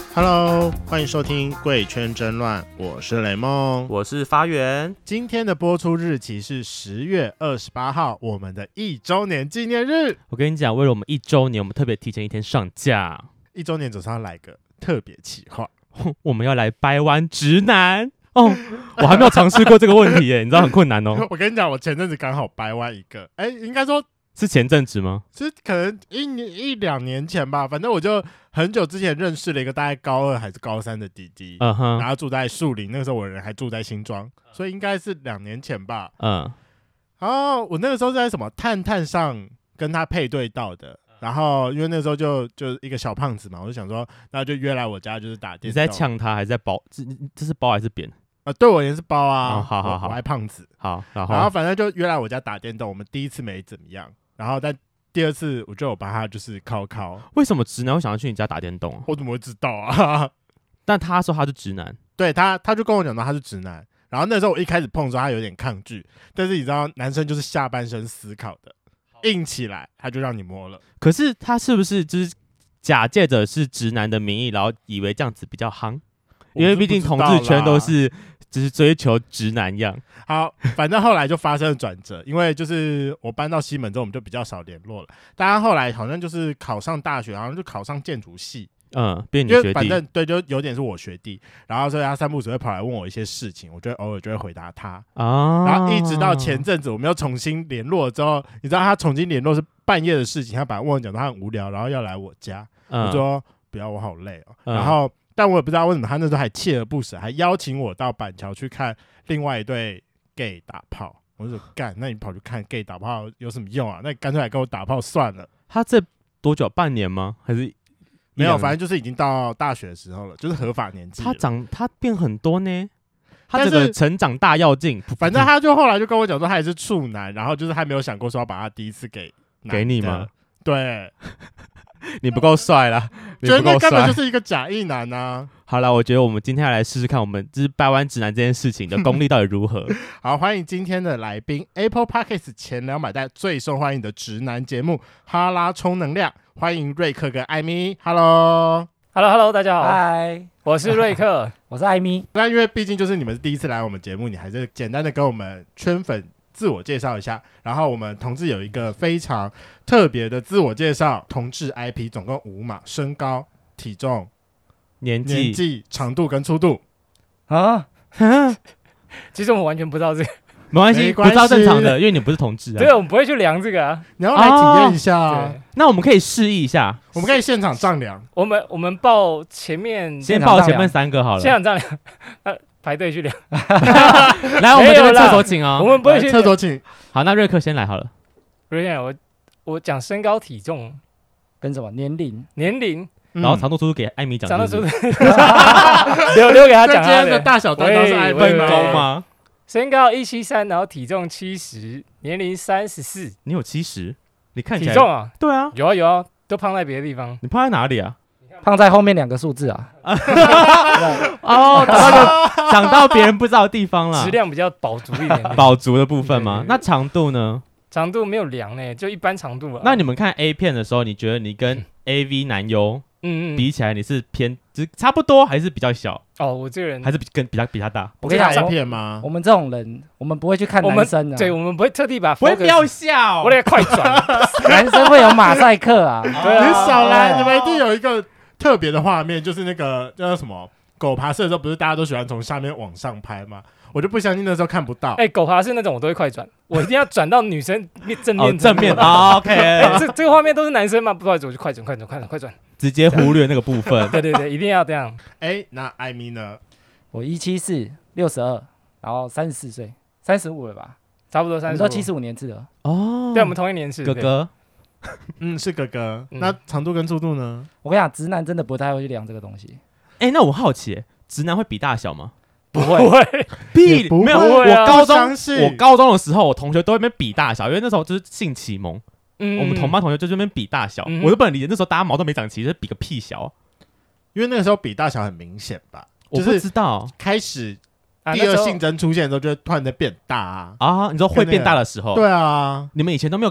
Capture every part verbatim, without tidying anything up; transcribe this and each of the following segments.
Hello， 欢迎收听《贵圈争乱》，我是雷梦， 我是发源。 今天的播出日期是十月二十八号，我们的一周年纪念日。 我跟你讲，为了我们一周年，我们特别提前一天上架。 一周年总是要来个特别企划， 我们要来掰弯直男哦。我还没有尝试过这个问题耶，你知道很困难哦。 我跟你讲，我前阵子刚好掰弯一个，哎，应该说。 是前阵子吗？ 是可能一年一两年前吧，反正我就很久之前认识了一个大概高二还是高三的弟弟，嗯哼，然后住在树林，那个时候我人还住在新庄，所以应该是两年前吧。嗯，然后我那个时候是在什么探探上跟他配对到的，然后因为那个时候就就一个小胖子嘛，我就想说，那就约来我家就是打电动。 你在呛他还是在包？这这是包还是扁？ 啊，对我也是包啊。 哦、好好好， 我还胖子。 好，然后然后反正就约来我家打电动，我们第一次没怎么样。然后但第二次我就有把他就是敲敲。 为什么直男会想要去你家打电动啊？ 我怎么会知道啊？ 但他说他是直男， 对他他就跟我讲到他是直男。然后那时候我一开始碰的时候他有点抗拒，但是你知道男生就是下半身思考的，硬起来他就让你摸了。 可是他是不是就是假借着是直男的名义，然后以为这样子比较夯？因为毕竟同志圈都是只是追求直男样。 好，反正后来就发生了转折，因为就是我搬到西门之后，我们就比较少联络了。大家后来好像就是考上大学，好像就考上建筑系， 嗯，变你学弟， 因为反正对，就有点是我学弟。然后所以他三不五时会跑来问我一些事情，我就偶尔就会回答他。哦，然后一直到前阵子我们又重新联络之后，你知道他重新联络是半夜的事情，他本来问我讲他很无聊，然后要来我家，嗯、我说不要，我好累哦。嗯、然后。但我也不知道为什么他那时候还锲而不舍，还邀请我到板桥去看另外一对 gay 打炮。我就说干，那你跑去看 gay 打炮有什么用啊？那你干脆来跟我打炮算了。 他这多久？半年吗？还是没有？反正就是已经到大学的时候了，就是合法年纪。 他长他变很多呢，他这个成长大跃进。 反正他就后来就跟我讲说他也是处男，然后就是他没有想过说要把他第一次给给你吗？ 对。 你不够帅啦， 觉得那根本就是一个假意男啊！ 好啦，我觉得我们今天要来试试看，我们就是掰弯直男这件事情的功力到底如何。 好，欢迎今天的来宾 ，Apple Podcast 前两百代最受欢迎的直男节目《哈拉充能量》，欢迎瑞克跟艾咪。 Hello，Hello，Hello， 大家好， 嗨， 我是瑞克， 我是艾咪。 那因为毕竟就是你们是第一次来我们节目，你还是简单的跟我们圈粉自我介绍一下，然后我们同志有一个非常特别的自我介绍，同志 I P 总共五码，身高、体重、 年纪、 年纪、长度跟粗度啊。其实我们完全不知道这个， 没关系，不知道正常的，因为你不是同志啊。 对，我们不会去量这个啊。 你要来体验一下啊。 哦、 那我们可以示意一下， 我们可以现场丈量。 我们我们报前面， 先报前面三个好了。 现场丈量。呃排队去量， 来，我们这边厕所请哦。 我们不会去厕所请。 好，那瑞克先来好了。 瑞克，我我讲身高体重跟什么年龄， 年龄， 然后长度粗度给艾米讲。 长度粗度，留留给他讲。 今天的大小担当是艾米吗？ 身高一七三，然后体重七十，年龄三十四。 你有七十？你看起来体重啊？ 对啊， 有啊有啊，都胖在别的地方。 你胖在哪里啊？ 胖在后面两个数字啊！ 哦，长到长到别人不知道的地方了， 质量比较饱足一点， 饱足的部分吗？那长度呢？ 长度没有量呢，就一般长度啊。 那你们看 A 片的时候，你觉得你跟 A V 男优嗯嗯比起来，你是偏只差不多，还是比较小？ 哦，我这个人还是比跟比他比他大。 我跟你讲 A 片吗？ 我们这种人，我们不会去看男生的、啊， 对，我们不会特地把 focus， 不要笑， 我得快转。 男生会有马赛克啊， 对啊， 你少来，你们一定有一个特别的画面，就是那个叫什么狗爬式的时候，不是大家都喜欢从下面往上拍吗？我就不相信那时候看不到。 哎、欸，狗爬式那种我都会快转，我一定要转到女生正面、 哦、正面。哦、OK，、 欸、这这个画面都是男生嘛，不好意思，我就快转、快转、快转、快转， 直接忽略那个部分。 对对对，一定要这样。 哎、欸，那艾咪呢？ 我一七四，六十二，然后三十四岁，三十五了吧？ 差不多三十五。 你都七十五年次了哦。 对，我们同一年次。 哥哥。 嗯，是哥哥、嗯。那长度跟粗度呢？ 我跟你讲，直男真的不太会去量这个东西。 哎、欸，那我好奇，直男会比大小吗？ 不会，不会， 屁，没有。 啊、 我高中，我高中的时候，我同学都在那边比大小，因为那时候就是性启蒙。嗯，我们同班同学就在那边比大小，嗯、我都不能理解，那时候大家毛都没长齐，就是比个屁小。 因为那个时候比大小很明显吧？ 我不知道， 开始第二性征出现的时候，就会突然的变大啊！ 啊，你说会变大的时候？ 对啊， 你们以前都没有跟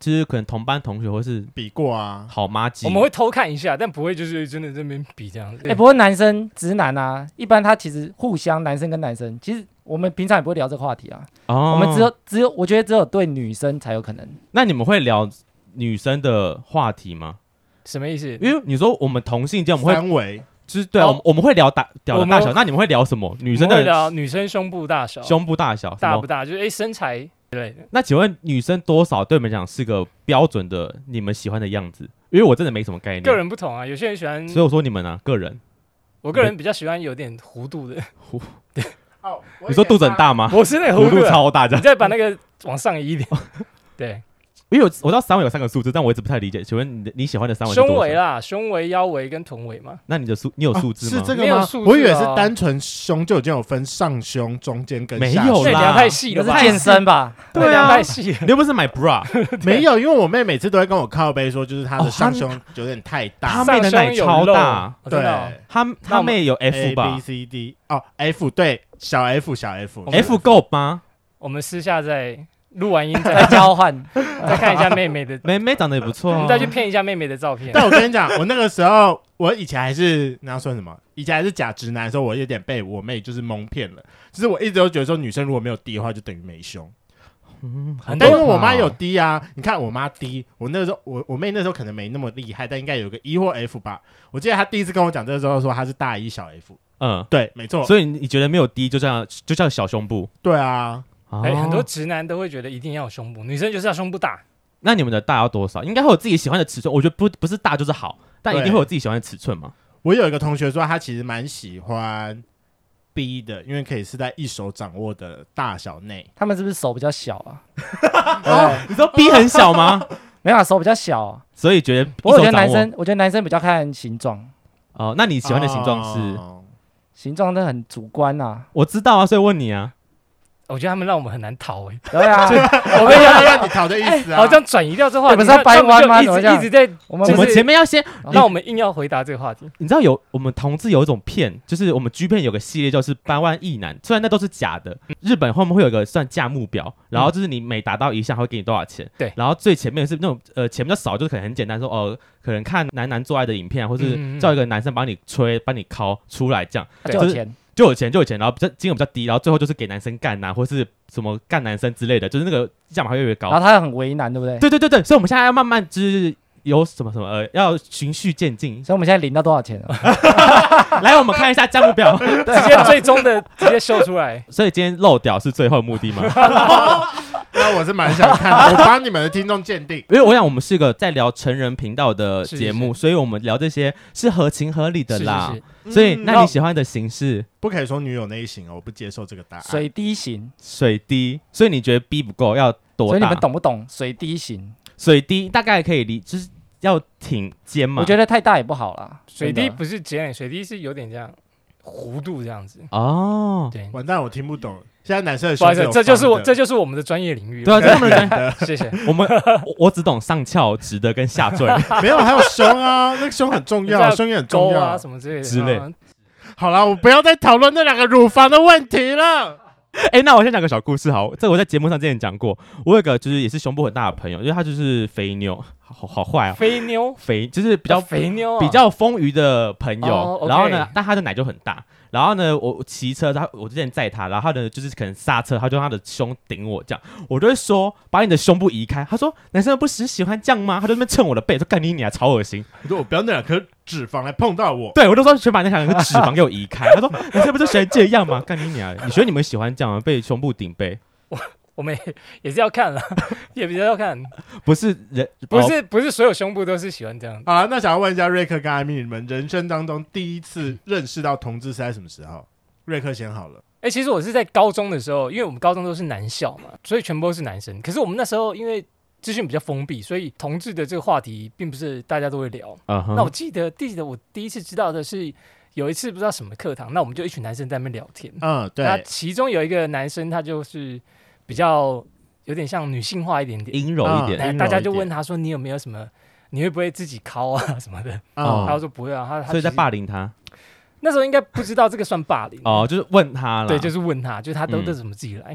就是可能同班同学或是比过啊， 好妈鸡， 我们会偷看一下，但不会就是真的这边比这样子。 哎、欸，不过男生直男啊，一般他其实互相男生跟男生，其实我们平常也不会聊这个话题啊。哦，我们只有只有，我觉得只有对女生才有可能。 那你们会聊女生的话题吗？ 什么意思？ 因为你说我们同性间我们会三围， 就是对啊， 哦、 我们会聊大屌的大小，那你们会聊什么？女生的会聊女生胸部大小， 胸部大小大不大，就是哎、欸、身材之类的。 那请问女生多少对你们讲是个标准的你们喜欢的样子？因为我真的没什么概念。 个人不同啊，有些人喜欢， 所以我说你们啊，个人， 我个人比较喜欢有点弧度的。 弧， 对， 哦， 你说肚子很大吗？ 我是那个弧度超大， 你再把那个往上移一点，对。 因为我我知道三围有三个数字，但我一直不太理解。请问你的你喜欢的三围是多少？ 胸围啦，胸围、腰围跟臀围嘛。 那你的数你有数字吗？ 啊、是这个吗？我以为是单纯胸就已经有分上胸、中间跟下胸。 没有啦， 量太细了吧， 是健身吧？ 对啊， 太细了。 你又不是买 bra， 没有，因为我妹每次都会跟我靠背说，就是她的上胸有点太大， 她妹的奶超大， 对， 她她妹有 F 吧 ？A B C D 哦 ，F 对，小 F 小 F，F 够吗？ 我们私下再录完音再交换， 再看一下妹妹的， 妹妹长得也不错、啊， 我们再去骗一下妹妹的照片。 但我跟你讲，我那个时候，我以前还是你要说什么？以前还是假直男的时候，我有点被我妹就是蒙骗了。就是我一直都觉得说，女生如果没有 D 的话，就等于没胸。嗯，但因为我妈有 D 啊，你看我妈 D， 我那个时候我我妹那时候可能没那么厉害，但应该有个 E 或 F 吧。我记得她第一次跟我讲这个时候说她是大一小 F， 嗯，对，没错。 所以你觉得没有 D 就这样就叫小胸部？ 对啊。 哎、欸，很多直男都会觉得一定要有胸部，女生就是要胸部大。 那你们的大要多少？应该会有自己喜欢的尺寸。我觉得不不是大就是好，但一定会有自己喜欢的尺寸嘛。 我有一个同学说，他其实蛮喜欢 B 的，因为可以是在一手掌握的大小内。 他们是不是手比较小啊？ 哦，你说 B 很小吗？ 没有、啊，手比较小、啊， 所以觉得一手掌握。 我觉得男生，我觉得男生比较看形状。 哦，那你喜欢的形状是？ 哦、 形状都很主观啊。 我知道啊，所以问你啊。 我觉得他们让我们很难逃哎、 欸，对啊， 我们要让你逃的意思啊， 好像转移掉这话题， 不是要掰弯吗？ 一直一直在， 我们我们前面要先让我们硬要回答这个话题。 你知道有我们同志有一种片，就是我们 G 片有个系列，就是百万异男，虽然那都是假的，嗯、日本后面会有一个算价目表，然后就是你每达到一项会给你多少钱， 对、嗯， 然后最前面是那种呃钱比较少，就是可能很简单说哦，可能看男男做爱的影片，或是叫一个男生帮你吹、帮你敲出来这样， 就有钱。 就有钱就有钱，然后比较金额比较低，然后最后就是给男生干啊，或是什么干男生之类的，就是那个价码会越来越高。 然后他很为难，对不对？ 对对对对，所以我们现在要慢慢就是有什么什么呃，要循序渐进。 所以我们现在领到多少钱了？ 来，我们看一下价目表， 直接最终的直接秀出来。 所以今天漏屌是最后的目的吗？ 那我是蛮想看的，我帮你们的听众鉴定， 因为我想我们是个在聊成人频道的节目， 是是是， 所以我们聊这些是合情合理的啦。 是是是所以，那你喜欢的形式不可以说女友那一型哦，我不接受这个答案。 水滴型， 水滴，所以你觉得 B 不够，要多大？ 所以你们懂不懂水滴型？ 水滴大概可以理，就是要挺尖嘛。 我觉得太大也不好啦。 水滴不是尖，水滴是有点这样弧度这样子。 哦， 对， 完蛋，我听不懂。现在男生的不好意思，这就是我，这就是我们的专业领域。 对啊，这是他们的专业。谢谢。 我们我我只懂上翘、直的跟下坠， 没有，还有胸啊，那个胸很重要，胸也很重要啊，什么之类的之类。 好了，我不要再讨论那两个乳房的问题了。 哎、欸，那我先讲个小故事好，这个我在节目上之前讲过。我有个就是也是胸部很大的朋友，因为他就是肥妞，好好坏啊， 肥妞， 肥就是比较、 哦、肥妞、啊， 比较丰腴的朋友。 哦 okay、 然后呢，但他的奶就很大。然后呢，我骑车，他我之前载他，然后他呢就是可能刹车，他就用他的胸顶我这样，我就会说把你的胸部移开。他说男生不是喜欢这样吗？他就在那边蹭我的背，说干你你啊，超恶心。 我说我不要那两颗脂肪来碰到我。 对，我就说全把那两颗脂肪给我移开。他说男生不是喜欢这样吗？干你你啊！你觉得你们喜欢这样吗？被胸部顶背？ 我我们 也, 也是要看了，也比较要看。 不是人， 不是、哦、不是所有胸部都是喜欢这样。 好啊，那想要问一下瑞克跟艾米，你们人生当中第一次认识到同志是在什么时候？瑞克先好了。 哎、欸，其实我是在高中的时候，因为我们高中都是男校嘛，所以全部都是男生。可是我们那时候因为资讯比较封闭，所以同志的这个话题并不是大家都会聊。Uh-huh. 那我记得记得我第一次知道的是有一次不知道什么课堂，那我们就一群男生在那边聊天。 嗯，对。 那其中有一个男生，他就是比较有点像女性化一点点， 阴柔一点。 嗯、大家就问他说：“你有没有什么？你会不会自己敲啊什么的？”嗯、他说不会啊，他他所以在霸凌他。 那时候应该不知道这个算霸凌哦，就是问他了， 对，就是问他，就是他都都怎么自己来。嗯、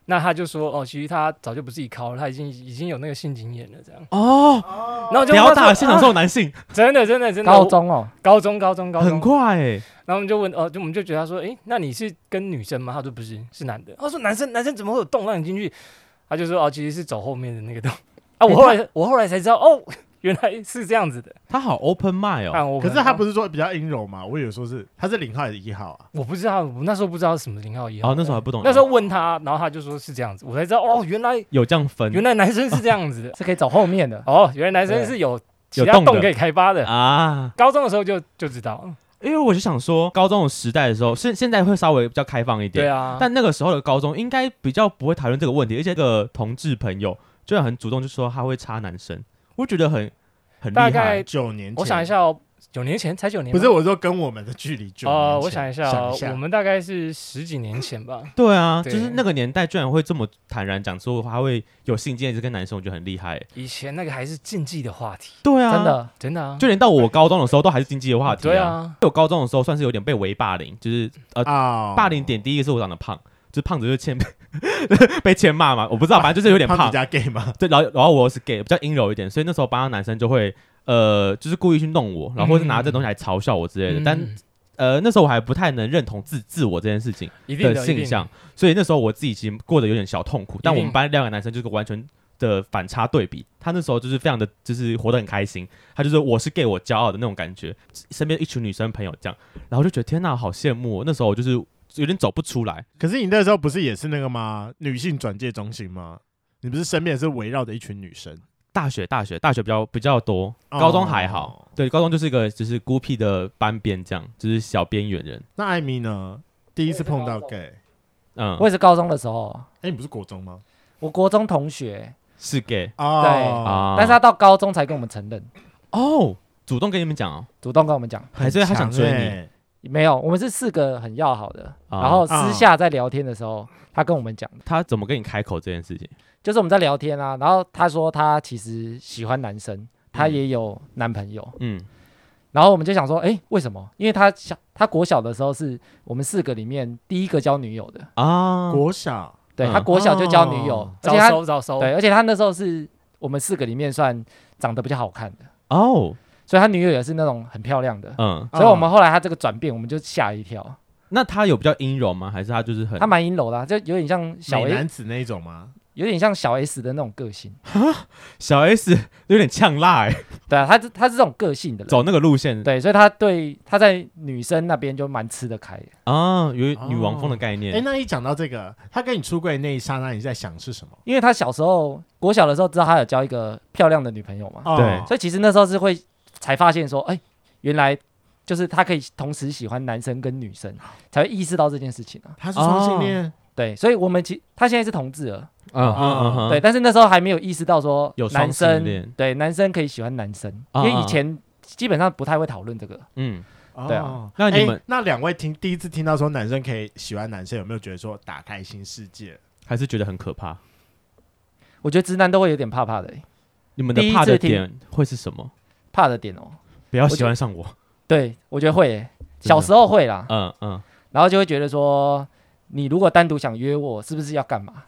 那他就说哦，其实他早就不是一靠了，他已经已经有那个性经验了这样。 哦， 然后就不要打现场这种男性， 真的真的真的高中哦， 高中高中高中很快哎。 然后我们就问哦，就我们就觉得他说，哎，那你是跟女生吗？他说不是，是男的。他说男生男生怎么会有洞让你进去？他就说哦，其实是走后面的那个洞。啊，我后来我后来才知道哦。原来是这样子的， 他好 open mind 哦。 可是他不是说比较阴柔吗？我以为说是他是零号还是一号啊？ 我不知道，我那时候不知道是什么零号一号。 哦，那时候还不懂。 那时候问他，然后他就说是这样子，我才知道哦，原来有这样分， 原来男生是这样子的， 是可以走后面的。 哦，原来男生是有其他洞可以开发的啊。高中的时候就就知道了。 因为我就想说，高中的时代的时候，是现在会稍微比较开放一点， 对啊。 但那个时候的高中应该比较不会讨论这个问题，而且这个同志朋友就很主动就说他会插男生，我觉得很。很厉害， 大概九年前， 我想一下哦，九年前才九年， 不是我说跟我们的距离九年前。 哦，我想一下哦，我们大概是十几年前吧。 对啊，对就是那个年代居然会这么坦然讲说他会有性经验是跟男生，我觉得很厉害。 以前那个还是禁忌的话题。 对啊， 真的真的啊， 就连到我高中的时候都还是禁忌的话题啊。 对啊， 我高中的时候算是有点被围霸凌，就是呃、oh. 霸凌点第一个是我长得胖。就是胖子就是欠被欠骂嘛，我不知道，反正就是有点胖。 胖子加 gay 嘛， 对，然后然后我又是 gay， 比较阴柔一点，所以那时候班上男生就会呃，就是故意去弄我，然后或是拿这东西来嘲笑我之类的。嗯、但呃，那时候我还不太能认同自自我这件事情的性向，所以那时候我自己其实过得有点小痛苦。但我们班两个男生就是完全的反差对比，他那时候就是非常的，就是活得很开心，他就是我是 gay， 我骄傲的那种感觉。身边一群女生朋友这样，然后就觉得天哪，好羡慕、哦。那时候我就是。有点走不出来， 可是你那时候不是也是那个吗？女性转介中心吗？你不是身边也是围绕着一群女生？ 大学、大学、大学比较比较多，高中还好。哦、对，高中就是一个就是孤僻的班边，这样就是小边缘人。 那艾米呢？第一次碰到 gay， 嗯，我也是高中的时候。 哎、欸，你不是国中吗？ 我国中同学是 gay，、 哦、对、啊，但是他到高中才跟我们承认。 哦，主动跟你们讲哦， 主动跟我们讲， 还是他想追你？ 没有，我们是四个很要好的，啊、然后私下在聊天的时候，啊、他跟我们讲， 他怎么跟你开口这件事情？ 就是我们在聊天啊，然后他说他其实喜欢男生，他也有男朋友，嗯，然后我们就想说，哎，为什么？因为他小，他国小的时候是我们四个里面第一个交女友的啊， 国小， 对、嗯、他国小就交女友， 早、哦、收早收， 对，而且他那时候是我们四个里面算长得比较好看的哦。 所以他女友也是那种很漂亮的，嗯，所以我们后来他这个转变，我们就吓一跳。 那他有比较阴柔吗？还是他就是很？ 他蛮阴柔的、啊，就有点像小 S, 男子那一种吗？ 有点像小 S 的那种个性。 小 S 有点呛辣哎、欸。 对啊，他他是这种个性的人， 走那个路线。 对，所以他对他在女生那边就蛮吃得开的啊，有女王风的概念。 哎、哦，那一讲到这个，他跟你出柜那一刹那，你在想是什么？ 因为他小时候国小的时候知道他有交一个漂亮的女朋友嘛， 哦、对， 所以其实那时候是会。才发现说，哎、欸，原来就是他可以同时喜欢男生跟女生，才会意识到这件事情啊。 他是双性恋、哦， 对，所以我们其他现在是同志了，嗯嗯嗯，对，但是那时候还没有意识到说男生对男生可以喜欢男生，因为以前基本上不太会讨论这个，嗯，对啊。 哦、那你们、欸、那两位听第一次听到说男生可以喜欢男生，有没有觉得说打开新世界， 还是觉得很可怕？ 我觉得直男都会有点怕怕的、欸。 你们的怕的点会是什么？ 怕的点哦， 不要喜欢上我。 我对，我觉得会耶，小时候会啦，嗯嗯，然后就会觉得说，你如果单独想约我，是不是要干嘛？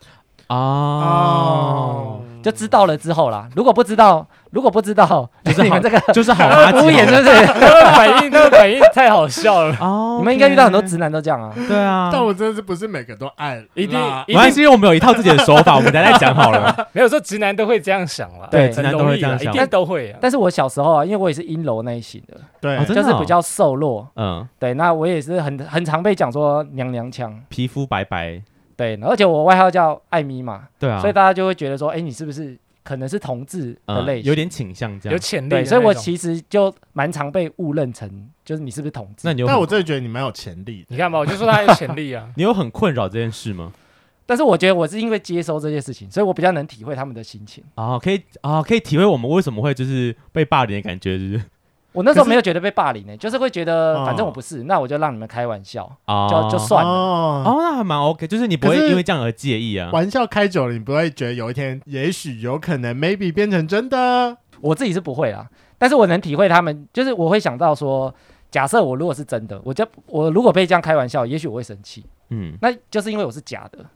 哦，就知道了之后啦。如果不知道，如果不知道， 就是你们这个就是好垃圾， 敷衍，是不是？ 反应，那个反应太好笑了哦。你们应该遇到很多直男都这样啊。 对啊， 但我真的是不是每个都爱， 一定没关系，因为我们有一套自己的手法，我们等一下再讲好了。 没有说直男都会这样想啦， 对，直男都会这样想， 一定都会啊。 但是我小时候啊，因为我也是阴柔那一型的， 对， 就是比较瘦弱，嗯，对，那我也是很很常被讲说娘娘腔， 皮肤白白。 对，而且我外号叫艾咪嘛， 对啊， 所以大家就会觉得说，哎、欸，你是不是可能是同志的类型、 嗯，有点倾向这样， 有潜力。 对，所以我其实就蛮常被误认成就是你是不是同志。 那你有， 但我真的觉得你蛮有潜力的。 你看吧，我就说他有潜力啊。 你有很困扰这件事吗？ 但是我觉得我是因为接收这件事情，所以我比较能体会他们的心情。 哦，可以啊、哦，可以体会我们为什么会就是被霸凌的感觉，就是。 我那时候没有觉得被霸凌呢、欸，就是会觉得反正我不是，哦、那我就让你们开玩笑，哦、就就算了。 哦，哦那还蛮 OK， 就是你不会因为这样而介意啊。 玩笑开久了，你不会觉得有一天，也许有可能 maybe 变成真的。 我自己是不会啦，但是我能体会他们，就是我会想到说，假设我如果是真的，我就我如果被这样开玩笑，也许我会生气。嗯，那就是因为我是假的。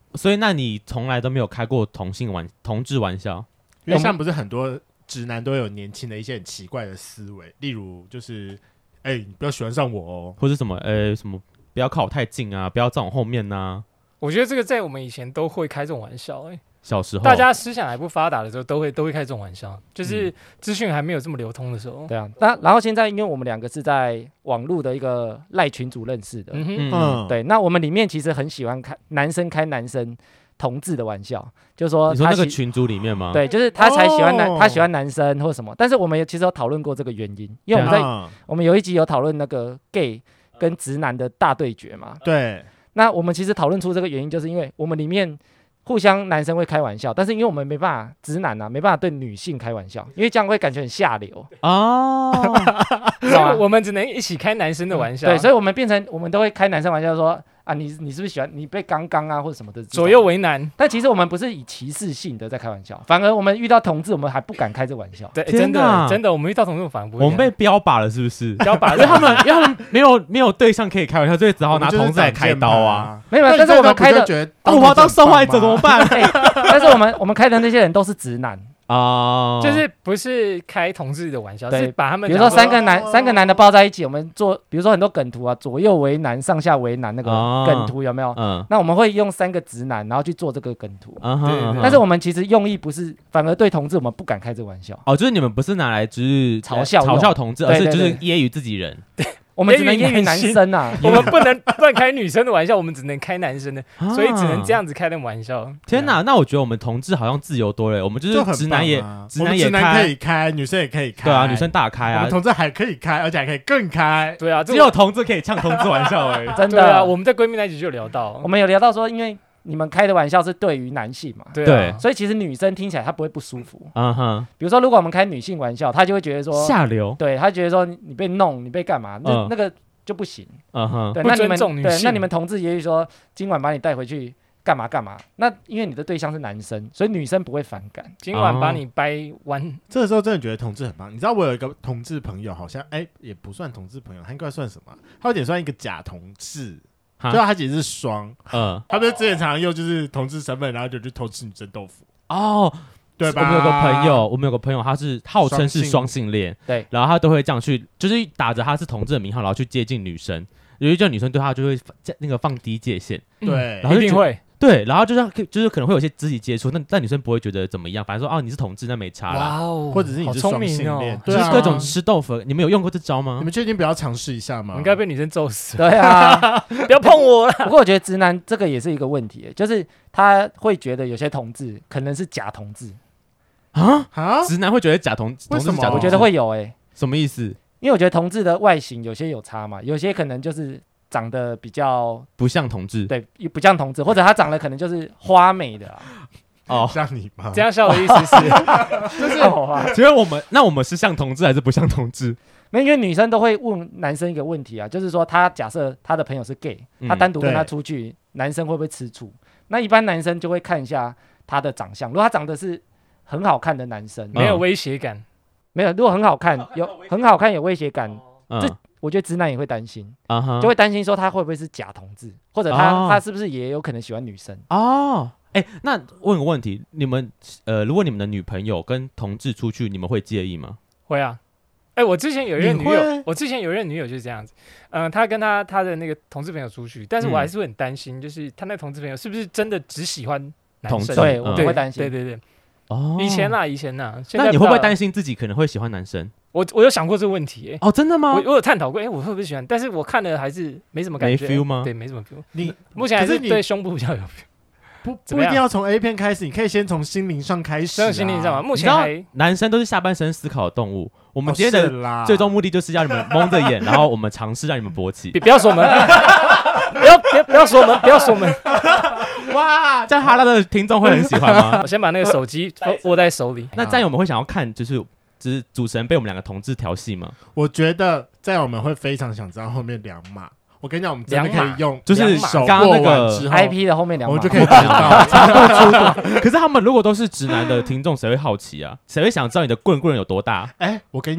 所以那你从来都没有开过同性玩同志玩笑？ 因为像不是很多直男都有年轻的一些很奇怪的思维，例如就是哎、欸，你不要喜欢上我哦， 或者什么呃什么不要靠我太近啊，不要站我后面啊。 我觉得这个在我们以前都会开这种玩笑、欸， 小时候大家思想还不发达的时候，都会都会开这种玩笑，就是资讯还没有这么流通的时候。 对啊，那然后现在因为我们两个是在网络的一个赖群组认识的，嗯哼，嗯对，那我们里面其实很喜欢开男生开男生同志的玩笑，就是说你说那个群组里面吗？ 对，就是他才喜欢男，哦、他喜欢男生或什么，但是我们也其实有讨论过这个原因，因为我们在、啊、我们有一集有讨论那个 gay 跟直男的大对决嘛， 对。 那我们其实讨论出这个原因，就是因为我们里面互相男生会开玩笑，但是因为我们没办法，直男啊没办法对女性开玩笑，因为这样会感觉很下流哦， 所以我们只能一起开男生的玩笑。 对，所以我们变成我们都会开男生玩笑说啊，你你是不是喜欢你被刚刚啊或者什么的左右为难？ 但其实我们不是以歧视性的在开玩笑，反而我们遇到同志，我们还不敢开这玩笑。 对，真的真的，我们遇到同志反而不会。 我们被标靶了，是不是？ 标靶， 因为他们因为他们没有没有对象可以开玩笑，所以只好拿同志来开刀啊。 没有，但是我们开的， 哦，我要当受害者怎么办？ 但是我们我们开的那些人都是直男。 哦，就是不是开同志的玩笑，是把他们比如说三个男、哦、三个男的抱在一起，我们做比如说很多梗图啊，左右为难、上下为难那个梗图有没有？嗯，那我们会用三个直男，然后去做这个梗图。嗯哼，但是我们其实用意不是，反而对同志我们不敢开这个玩笑。 哦，就是你们不是拿来只是嘲笑嘲笑同志，而是就是揶揄自己人。 对。 我们只能揶揄男生啊， 我们不能乱开女生的玩笑，我们只能开男生的，啊、所以只能这样子开的玩笑。 天哪，那我觉得我们同志好像自由多了，我们就是直男也， 啊、 直男也开，可以开，女生也可以开， 对啊，女生大开啊， 我们同志还可以开，而且还可以更开， 对啊， 只有同志可以呛同志玩笑而已， 真的啊，我们在闺蜜那集就有聊到， 我们有聊到说，因为。你们开的玩笑是对于男性嘛？ 对、啊， 所以其实女生听起来她不会不舒服。嗯哼，比如说如果我们开女性玩笑，她就会觉得说下流， 对她觉得说你被弄，你被干嘛？那、嗯、那个就不行。嗯哼，对， 那你们对，那你们同志也许说今晚把你带回去干嘛干嘛？那因为你的对象是男生，所以女生不会反感。 今晚把你掰弯， 哦、这个时候真的觉得同志很棒。你知道我有一个同志朋友，好像哎、欸、也不算同志朋友，他应该算什么？他有点算一个假同志。对啊，他其实是双，嗯，他不是之前常常用就是同志身份，然后就去偷吃女生豆腐哦，对吧？ 我们有个朋友，我们有个朋友，他是号称是双性恋， 对， 然后他都会这样去，就是打着他是同志的名号，然后去接近女生，有一些女生对他就会那个放低界限， 对， 然后一定会。 对，然后就是就是可能会有些肢体接触，那但女生不会觉得怎么样，反正说哦你是同志那没差啦， 哦、 或者是你是双性恋， 哦、就是各种吃豆腐。你们有用过这招吗？ 你们确定不要尝试一下吗？ 我应该被女生揍死。 对啊， 不要碰我了。 不过我觉得直男这个也是一个问题，就是他会觉得有些同志可能是假同志啊啊！直男会觉得假同为什么？ 我觉得会有哎、欸， 什么意思？ 因为我觉得同志的外形有些有差嘛，有些可能就是。长得比较不像同志， 对，不像同志，或者他长得可能就是花美的、啊， 哦，像你吗？ 这样笑的意思是， 就是花。 觉得我们那我们是像同志还是不像同志？ 没，因为女生都会问男生一个问题啊，就是说他假设他的朋友是 gay，、嗯、他单独跟他出去，男生会不会吃醋？那一般男生就会看一下他的长相，如果他长得是很好看的男生， 没有威胁感， 没有，如果很好看，有很好看有威胁感，嗯、这。我觉得直男也会担心， uh-huh. 就会担心说他会不会是假同志，或者他、oh. 他是不是也有可能喜欢女生哦？哎、oh. 欸，那问个问题，你们呃，如果你们的女朋友跟同志出去，你们会介意吗？ 会啊。哎、欸，我之前有一任女友，我之前有一任女友就是这样子，嗯、呃，她跟她她的那个同志朋友出去，但是我还是会很担心，就是她那个同志朋友是不是真的只喜欢男生？ 对，我会担心。 对对对。哦，以前啦，以前啦， 那你会不会担心自己可能会喜欢男生？ 我我有想过这个问题、欸， 哦，真的吗？ 我我有探讨过，哎、欸，我会不会喜欢？但是我看了还是没什么感觉， 没 feel 吗？ 对，没什么 feel。你目前还是对胸部比较有 feel。 不不一定要从 A 片开始，你可以先从心灵上开始、啊。 从心灵上嘛，目前还男生都是下半身思考的动物。我们今天的最终目的就是要你们蒙着眼，然后我们尝试让你们勃起。 不要锁门，不要不要不要锁门，不要锁门。 哇，这样哈拉的听众会很喜欢吗？ 我先把那个手机握在手里。 那战友们会想要看，就是就是主持人被我们两个同志调戏吗？ 我觉得战友们会非常想知道后面两码。我跟你讲，我们真的可以用， 就是手刚刚那个 I P 的后面两码， 我们就可以知道长度粗度。可是他们如果都是直男的听众，谁会好奇啊？谁会想知道你的棍棍有多大？ 哎、欸，我跟你讲，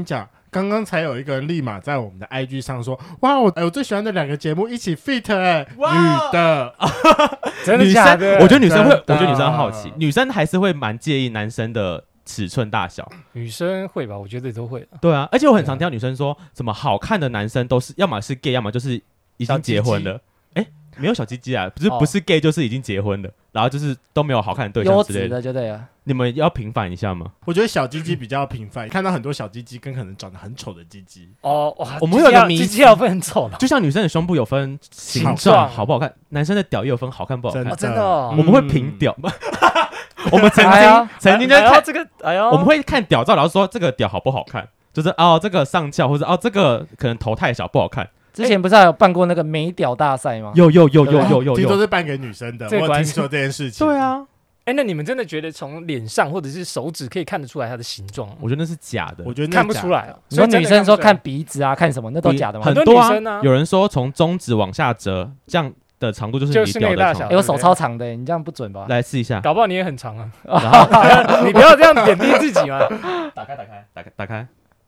刚刚才有一个人立马在我们的 I G 上说，哇，我哎我最喜欢的两个节目一起 fit 哎、欸，女的， 真的假的？ 我觉得女生会，我觉得女生好奇，女生还是会蛮介意男生的尺寸大小。 女生会吧？我觉得都会。 对啊，而且我很常听到女生说，什么好看的男生都是要么是 gay， 要么就是已经结婚了。哎，没有小鸡鸡啊，不是、哦、不是 gay 就是已经结婚了，然后就是都没有好看的对象之类的。 优质的就对了。 你们要平反一下吗？ 我觉得小鸡鸡比较平凡，看到很多小鸡鸡跟可能长得很丑的鸡鸡。 哦， 我们会有个迷思， 鸡鸡要分很丑的， 就像女生的胸部有分形状好不好看，男生的屌也有分好看不好看。 真的，真的哦、 我们会评屌吗？我们曾经、哎、曾经在看、哎、这个，哎呦，我们会看屌照，然后说这个屌好不好看，就是哦这个上翘，或者哦这个可能头太小不好看。 之前不是还有办过那个美屌大赛吗？ 有有有有有有， 听说是办给女生的，我有听说这件事情。 对啊。 哎，那你们真的觉得从脸上或者是手指可以看得出来它的形状吗？ 我觉得那是假的， 我觉得看不出来哦。 你说女生说看鼻子啊，看什么，那都假的吗？ 很多啊，有人说从中指往下折，这样的长度就是你屌的长度。 哎， 我手超长的，你这样不准吧？ 来试一下， 搞不好你也很长啊。你不要这样贬低自己嘛。 打开，打开，打开，打开。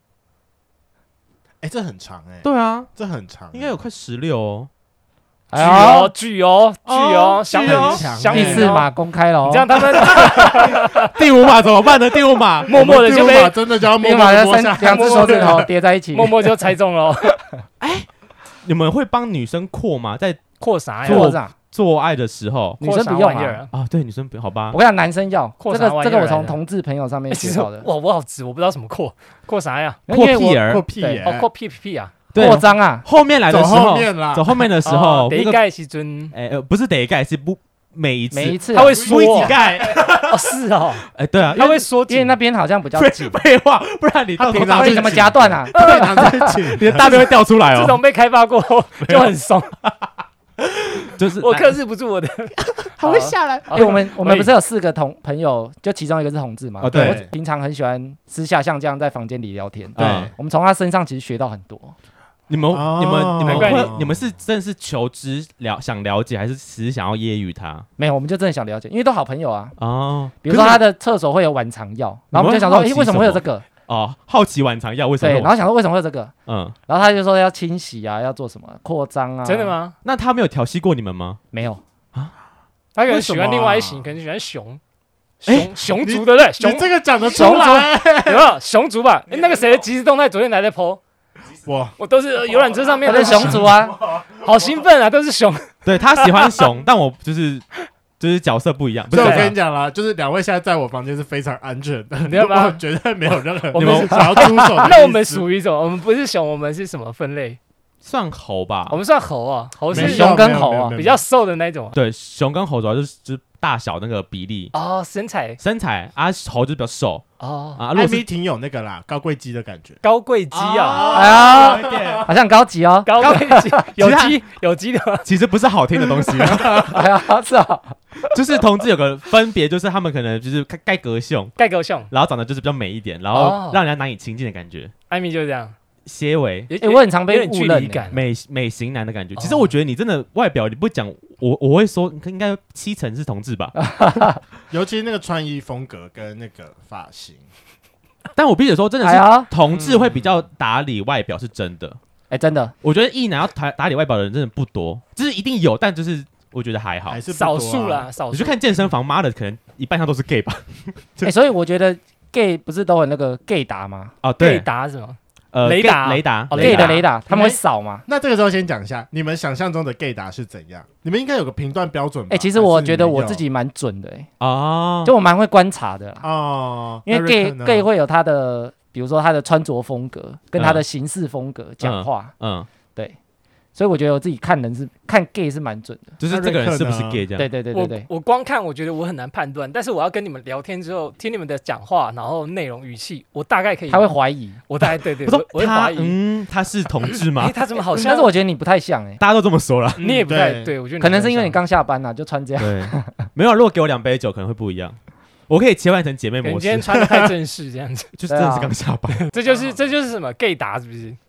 哎，这很长哎。 对啊， 这很长， 应该有快十六哦。 巨哦巨哦巨哦， 想很强， 第四码公开了哦。 这样他们第五码怎么办呢？第五码默默的就被真的就要默默的摸下， 两只手指头叠在一起， 默默就猜中了。 哎，你们会帮女生扩吗？在扩啥呀？ 做啥？ 做爱的时候， 女生不用啊。 啊，对，女生不用，好吧。 我跟你讲，男生要这个这个，我从同志朋友上面学到的。 哇，我好直，我不知道什么扩扩啥呀？ 扩屁眼， 扩屁眼， 哦，扩屁屁屁啊。 扩张啊！ 后面来的时候， 走后面啦， 走后面的时候， 得盖是尊， 哎，不是得盖，是不每一次， 每一次他会缩盖， 哦，是哦， 哎，对啊， 他会缩， 因为那边好像比较紧。 废话，不然你他平常会怎么夹断啊？ 非常在紧， 你的大便会掉出来哦。 这种被开发过就很松， 就是我克制不住我的， 他会下来。哎，我们我们不是有四个同朋友，就其中一个是同志嘛？ 哦，对。 我平常很喜欢私下像这样在房间里聊天。 对， 我们从他身上其实学到很多。 你们、哦、你们你们会你们是真的是求知了想了解，还是只是想要揶揄他？ 没有，我们就真的想了解，因为都好朋友啊。 哦， 比如说他的厕所会有晚肠药，然后我们就想说，哎，为什么会有这个？ 哦，好奇晚肠药为什么？ 对，然后想说为什么会有这个？ 嗯， 然后他就说要清洗啊，要做什么扩张啊？ 真的吗？ 那他没有调戏过你们吗？ 没有啊， 他可能喜欢另外一型，可能喜欢熊。熊熊族对不对？熊这个讲得出来， 有没有熊族吧？哎，那个谁的即时动态昨天还在 po。 我我都是游览车上面的熊族啊， 好兴奋啊，都是熊。 对他喜欢熊，但我就是就是角色不一样。 不是我跟你讲啦，就是两位现在在我房间是非常安全的， 你知道吗？ 绝对没有任何我们想要出手。 那我们属于什么？我们不是熊，我们是什么分类？ 算猴吧。 我们算猴啊，猴是熊跟猴啊， 比较瘦的那种。 对，熊跟猴主要就是就是大小那个比例哦，身材身材啊，猴就比较瘦。 哦啊， 艾米挺有那个啦，高贵鸡的感觉。 高贵鸡啊， 哎呀，好像高级哦， 高贵鸡有鸡有鸡的吗？ 其实不是好听的东西。 哎呀，是啊， 就是同志有个分别，就是他们可能就是盖格胸， 盖格胸， 然后长得就是比较美一点，然后让人家难以亲近的感觉。 艾米就是这样。 些微， 哎，我很常被误认感， 美美型男的感觉。其实我觉得你真的外表，你不讲，我我会说应该七成是同志吧。 尤其那个穿衣风格跟那个发型。 但我必须说，真的是同志会比较打理外表，是真的。 哎，真的， 我觉得异男要打打理外表的人真的不多，就是一定有，但就是我觉得还好， 还是少数啦，少数。 你去看健身房，妈的，可能一半上都是 gay 吧。 哎，所以我觉得 gay 不是都很那个 gay 达吗？ 哦，对 ，gay 达是什么？ 呃， 雷达， 雷达 ，gay 的雷达，他们会扫吗？ 那这个时候先讲一下，你们想象中的 gay 达是怎样？你们应该有个评断标准吧？ 哎，其实我觉得我自己蛮准的，哎， 哦， 就我蛮会观察的啦， 哦， 因为 gay gay 会有他的，比如说他的穿着风格，跟他的行事风格，讲话，嗯，对。所以我觉得我自己看人是看 gay 是蛮准的， 就是这个人是不是 gay 这样？ 对对对对对。 我我光看我觉得我很难判断，但是我要跟你们聊天之后，听你们的讲话，然后内容语气，我大概可以。 他会怀疑， 我大概对对，我我会怀疑， 嗯，他是同志吗？ 哎，他怎么好像？ 但是我觉得你不太像哎， 大家都这么说了， 你也不太对，我觉得可能是因为你刚下班呐，就穿这样。 对，没有，如果给我两杯酒，可能会不一样。我可以切换成姐妹模式。 今天穿的太正式，这样子， 就是真的是刚下班。 这就是这就是什么 gay 达是不是？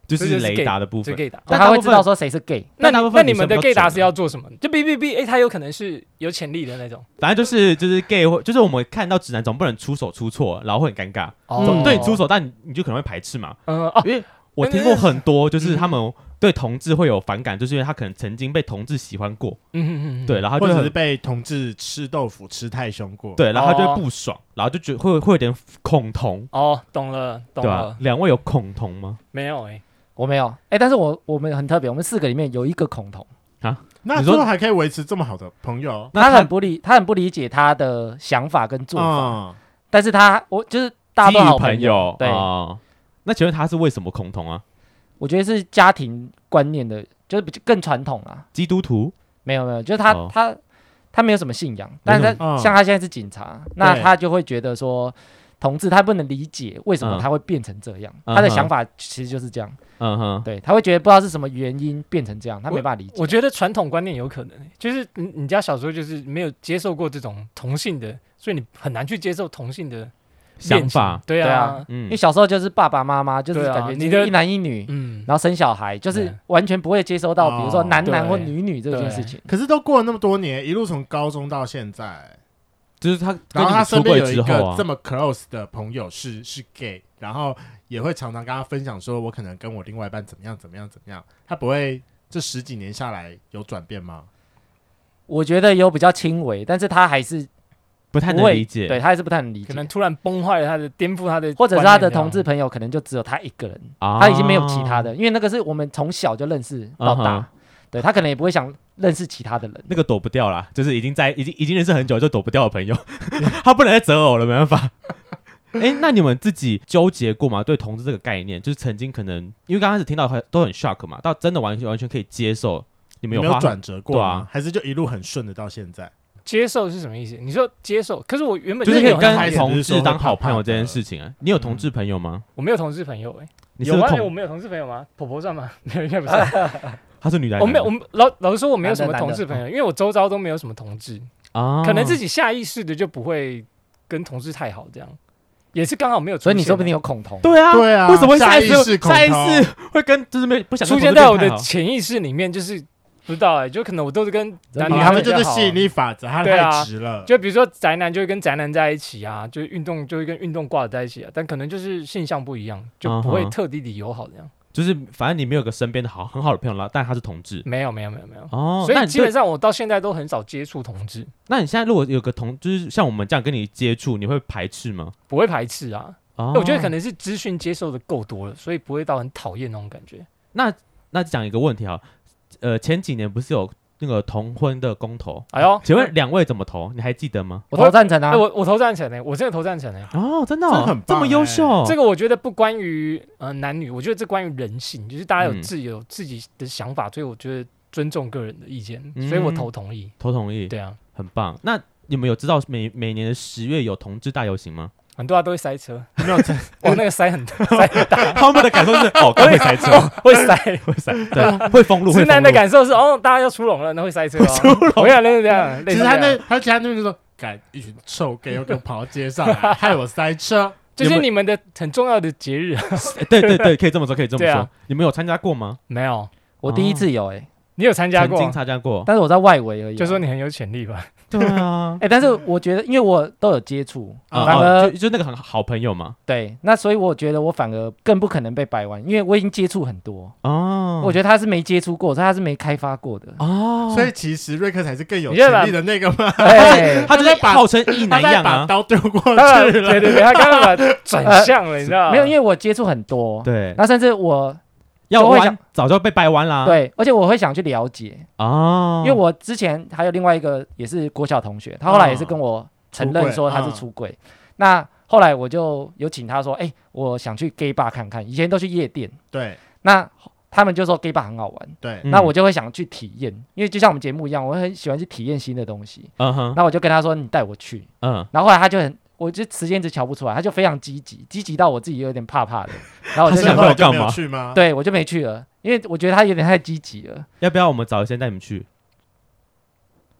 就是雷达的部分， 那他会知道说谁是 gay。 那那你们的 gay 达是要做什么？就 B B B， 哎，他有可能是有潜力的那种。 反正就是就是 gay， 就是我们看到直男总不能出手出错，然后会很尴尬。总对你出手，但你就可能会排斥嘛。嗯哦，因为我听过很多，就是他们对同志会有反感，就是因为他可能曾经被同志喜欢过。嗯嗯嗯。对，然后或者是被同志吃豆腐吃太凶过。 对，然后他就会不爽，然后就觉得会会有点恐同。 哦，懂了，懂了。 两位有恐同吗？ 没有哎。 我没有，哎、欸，但是我我们很特别，我们四个里面有一个恐同啊，那最后还可以维持这么好的朋友， 他很不理，他很不理解他的想法跟做法，嗯、但是他我就是大家都好朋友，对、哦， 那请问他是为什么恐同啊？ 我觉得是家庭观念的，就是比更传统啊， 基督徒没有没有，就是他、哦、他他没有什么信仰，但是他、嗯、像他现在是警察，那他就会觉得说。同志他不能理解为什么他会变成这样，嗯、他的想法其实就是这样。嗯哼，对，他会觉得不知道是什么原因变成这样，他没办法理解。 我, 我觉得传统观念有可能，就是你你家小时候就是没有接受过这种同性的，所以你很难去接受同性的想法。 对啊， 对啊嗯、因为小时候就是爸爸妈妈就是感觉你的一男一女，嗯，然后生小孩，就是完全不会接收到，比如说男男或女女这件事情。 可是都过了那么多年，一路从高中到现在。 就是他， 然后他身边有一个这么 close 的朋友是是 gay， 然后也会常常跟他分享说，我可能跟我另外一半怎么样怎么样怎么样。他不会这十几年下来有转变吗？ 我觉得有比较轻微，但是他还是不太能理解， 对他还是不太能理解， 可能突然崩坏了他的颠覆他的， 或者是他的同志朋友可能就只有他一个人，啊、他已经没有其他的，因为那个是我们从小就认识到大。Uh-huh. 对他可能也不会想认识其他的人， 那个躲不掉啦，就是已经在已经已经认识很久就躲不掉的朋友，他不能再择偶了，没办法。哎、欸，那你们自己纠结过吗？对同志这个概念，就是曾经可能因为刚开始听到都很 shock 嘛，到真的完全完全可以接受，你们有没有转折过吗？还是就一路很顺的到现在？ 接受是什么意思？你说接受，可是我原本就是可以跟同志当好朋友这件事情啊。你有同志朋友吗？ 我没有同志朋友哎、欸，有吗？我没有同志朋友吗？婆婆算吗？没有，应该不算。 她是女的， 我没有，我老老实说我没有什么同志朋友，因为我周遭都没有什么同志啊，可能自己下意识的就不会跟同志太好，这样也是刚好没有出现。 所以你说不定有恐同， 对啊， 对啊， 为什么会下意识下意识会跟就是没不想出现在我的潜意识里面，就是不知道哎、欸，就可能我都是跟男女， 他们就是吸引力法则，他太直了、 啊。就比如说宅男就会跟宅男在一起啊，就是运动就会跟运动挂在一起啊，但可能就是性向不一样，就不会特地的友好这样。 就是反正你没有个身边的好很好的朋友啦，但他是同志， 没有没有没有没有哦，所以基本上我到现在都很少接触同志。 那你现在如果有个同，就是像我们这样跟你接触，你会排斥吗？ 不会排斥啊，哦、我觉得可能是资讯接受的够多了，所以不会到很讨厌那种感觉。 那那讲一个问题哈，呃，前几年不是有那个同婚的公投？ 哎呦， 请问两位怎么投？你还记得吗？ 我投赞成啊， 欸、我我投赞成呢、欸，我真的投赞成呢、欸。 哦，真的、哦， 很这么优秀。 这个我觉得不关于呃男女，我觉得这关于人性，就是大家有自己、嗯、有自己的想法，所以我觉得尊重个人的意见，嗯、所以我投同意。 投同意， 对啊， 很棒。那你们有知道每每年的十月有同志大游行吗？ 很多人都会塞车，没有车，哇，那个塞很塞很大。 他们的感受是哦，会塞车， 会塞， 会塞，对，会封路。 直男的感受是哦，大家要出笼了，那会塞车哦。 出笼， 我想那是这样。 其实他那他其他那边就说，赶一群臭 gay 又给我跑到街上来，害我塞车。 就是你们的很重要的节日。 对对对，可以这么说，可以这么说。你们有参加过吗？ 没有， 我第一次有哎。 你有参加过？ 曾经参加过， 但是我在外围而已、啊。 就说你很有潜力吧？ 对啊， 哎、欸，但是我觉得，因为我都有接触， 嗯、反而、哦、就就那个很好朋友嘛。 对，那所以我觉得我反而更不可能被掰弯，因为我已经接触很多哦。我觉得他是没接触过，所以他是没开发过的哦。 所以其实瑞克才是更有潜力的那个嘛。 对， 他就在号称异男一样啊， 把刀丢过去了。对对对，他刚刚把转向了，呃、你知道吗？ 没有，因为我接触很多。 对， 那甚至我。 要弯早就被掰弯啦。 对，而且我会想去了解哦，因为我之前还有另外一个也是国小同学，他后来也是跟我承认说他是出柜。哦、那后来我就有请他说，哎、欸，我想去 gay bar 看看，以前都去夜店， 对， 那他们就说 gay bar 很好玩， 对， 那我就会想去体验，因为就像我们节目一样，我很喜欢去体验新的东西。嗯哼，那我就跟他说，你带我去，嗯，然后后来他就很。我就时间一直瞧不出来，他就非常积极，积极到我自己有点怕怕的。然后我就想说，我干嘛去吗？ 对，我就没去了，因为我觉得他有点太积极了。 要不要我们早一先带你们去？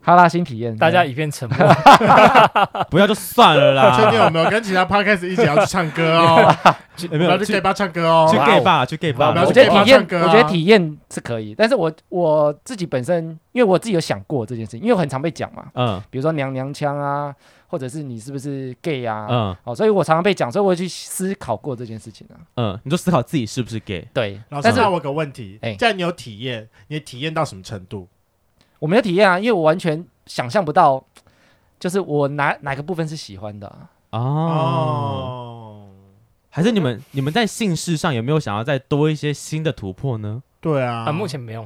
哈拉新体验， 大家一片沉默。 不要就算了啦。 确定有没有跟其他 podcast 一起要去唱歌哦？有没有去 gay bar 唱歌哦？ 去 gay bar 去 gay bar。 我觉得体验，我觉得体验是可以，但是我我自己本身，因为我自己有想过这件事情，因为我很常被讲嘛，嗯，比如说娘娘腔啊，或者是你是不是 gay 啊，嗯，哦，所以我常常被讲，所以我会去思考过这件事情啊。 嗯，你就思考自己是不是 gay？ 对，老师，那我有个问题，既然你有体验，你体验到什么程度？ 我没有体验啊，因为我完全想象不到，就是我哪哪个部分是喜欢的啊。 哦，还是你们你们在性事上有没有想要再多一些新的突破呢？ 对啊， 啊，目前没有。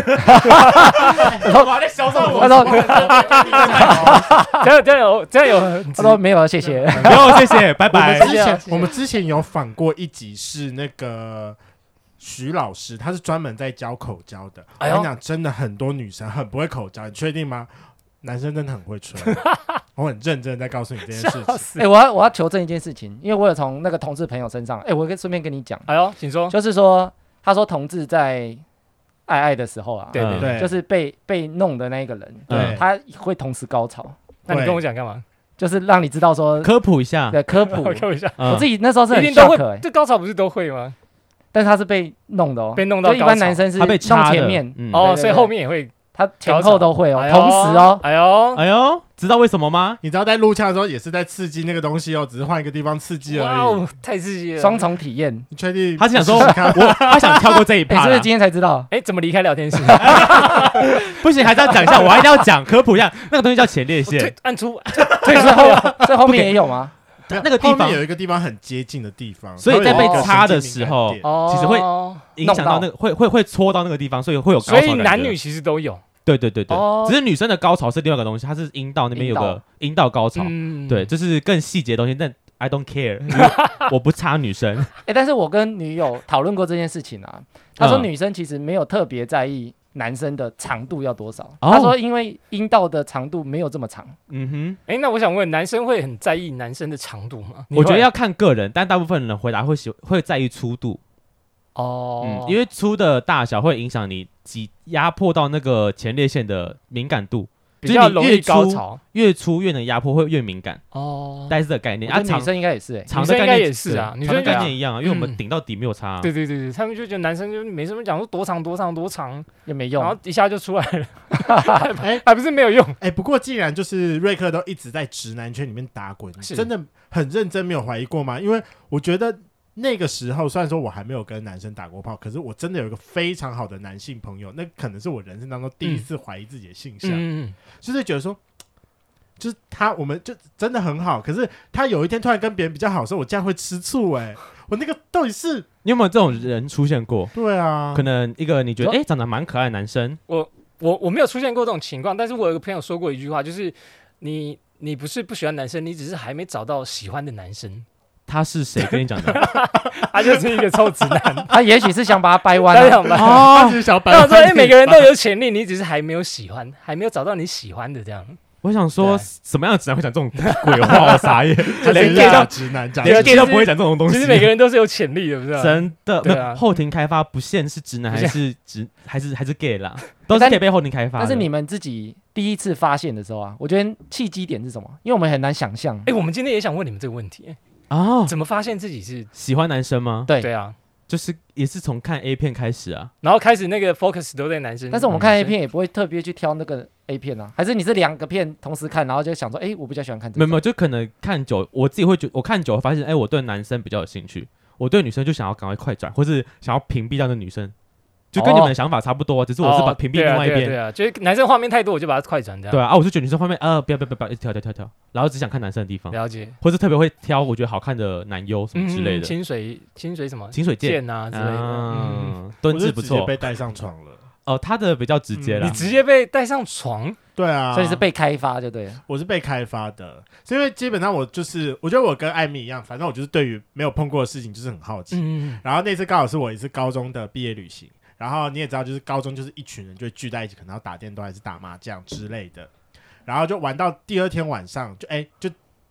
我还在销售我，他说这样这样有这样有， 他说没有，谢谢， 没有，谢谢，拜拜。 我们之前我们之前有访过一集是那个。徐老师他是专门在教口交的，我跟你讲，真的很多女生很不会口交，你确定吗？男生真的很会吹，我很认真的在告诉你这件事情。 哎、欸，我要我要求证一件事情，因为我有从那个同志朋友身上，哎、欸，我可以顺便跟你讲， 哎呦，请说， 就是说，他说同志在爱爱的时候啊， 对对对， 就是被被弄的那一个人，对，他会同时高潮。 那你跟我讲干嘛？ 就是让你知道说科普一下， 对，科普科普一下。 我自己那时候是很 shock， 欸， 这高潮不是都会吗？ 但是他是被弄的哦， 被弄到高潮。 一般男生是弄前面， 嗯、哦，所以后面也会， 他前后都会哦，同时哦。 哎呦， 哎呦，知道为什么吗？ 你知道在录枪的时候也是在刺激那个东西哦，只是换一个地方刺激而已。哇哦， 太刺激了！ 双重体验， 你确定？ 他是想说，我他想跳过这一趴， 是不是今天才知道？ 哎，怎么离开聊天室？ 不行，还是要讲一下，我一定要讲科普一下，那个东西叫前列腺。 按出， 对，最后最后面也有吗？ 那个地方有一个地方很接近的地方， 所以在被插的时候，其实会影响到那个，会会会戳到那个地方，所以会有高潮感觉。 所以男女其实都有。 对对对对，只是女生的高潮是另外一个东西，它是阴道那边有个阴道高潮，对，这是更细节的东西。但 I don't care， 我不插女生。 哎，但是我跟女友讨论过这件事情啊，她说女生其实没有特别在意男生的长度要多少？哦、他说，因为阴道的长度没有这么长。 嗯哼，哎、欸，那我想问，男生会很在意男生的长度吗？ 我觉得要看个人，但大部分人回答会喜会在意粗度。哦、嗯，因为粗的大小会影响你挤压迫到那个前列腺的敏感度。 比较容易高潮， 越粗越能压迫，会越敏感哦。大概是这个概念。 啊，女生应该也是，哎， 女生应该也是啊，女生概念一样啊，因为我们顶到底没有差。 对对对对，他们就觉得男生就没什么讲说多长多长多长也没用， 然后一下就出来了，哎，还不是没有用。 哎，不过既然就是瑞克都一直在直男圈里面打滚，真的很认真，没有怀疑过吗？因为我觉得。那个时候虽然说我还没有跟男生打过炮，可是我真的有一个非常好的男性朋友，那可能是我人生当中第一次怀疑自己的性向，嗯、就是觉得说，就是他，我们就真的很好，可是他有一天突然跟别人比较好的时候，我这样会吃醋哎、欸，我那个到底是你有没有这种人出现过？ 对啊， 可能一个你觉得哎、欸、长得蛮可爱的男生， 我我我没有出现过这种情况，但是我有一个朋友说过一句话，就是你你不是不喜欢男生，你只是还没找到喜欢的男生。 他是谁跟你讲的？ 他就是一个臭直男， 他也许是想把他掰弯、啊， 哦，他只是想掰弯。 我说，哎，每个人都有潜力，你只是还没有喜欢，还没有找到你喜欢的这样。 我想说，什么样的直男会讲这种鬼话？我傻眼， 连 gay 都直男讲， 连 gay 都不会讲这种东西。 其实每个人都是有潜力的，不是吗？ 真的，对啊。后庭开发不限是直男还是直还是还是 gay 啦，都是可以被后庭开发。 但是你们自己第一次发现的时候啊，我觉得契机点是什么？因为我们很难想象。 哎，我们今天也想问你们这个问题。哦，怎么发现自己是喜欢男生吗？ 对对啊， 就是也是从看 A 片开始啊， 然后开始那个 focus 都在男生。 但是我们看 A 片也不会特别去挑那个 A 片啊，还是你是两个片同时看，然后就想说，哎、欸，我比较喜欢看这个。 没有没有，就可能看久，我自己会觉得，我看久发现，哎、欸，我对男生比较有兴趣，我对女生就想要赶快快转，或是想要屏蔽掉那女生。就跟你们的想法差不多，只是我是把屏蔽另外一边。 对啊，就是男生画面太多，我就把它快转这样。 对啊，啊，我就觉得女生画面，呃，不要不要不要，一直跳跳跳跳，然后只想看男生的地方。 了解。 或是特别会挑我觉得好看的男优什么之类的。 清水清水什么？ 清水剑啊之类的。 嗯，蹲姿不错。 直接被带上床了。 哦，他的比较直接啦。 你直接被带上床？ 对啊， 所以是被开发就对了。 我是被开发的，是因为基本上我就是，我觉得我跟艾米一样，反正我就是对于没有碰过的事情就是很好奇。嗯。然后那次刚好是我一次高中的毕业旅行。然后你也知道，就是高中就是一群人就会聚在一起，可能要打电动还是打麻将之类的，然后就玩到第二天晚上，就哎就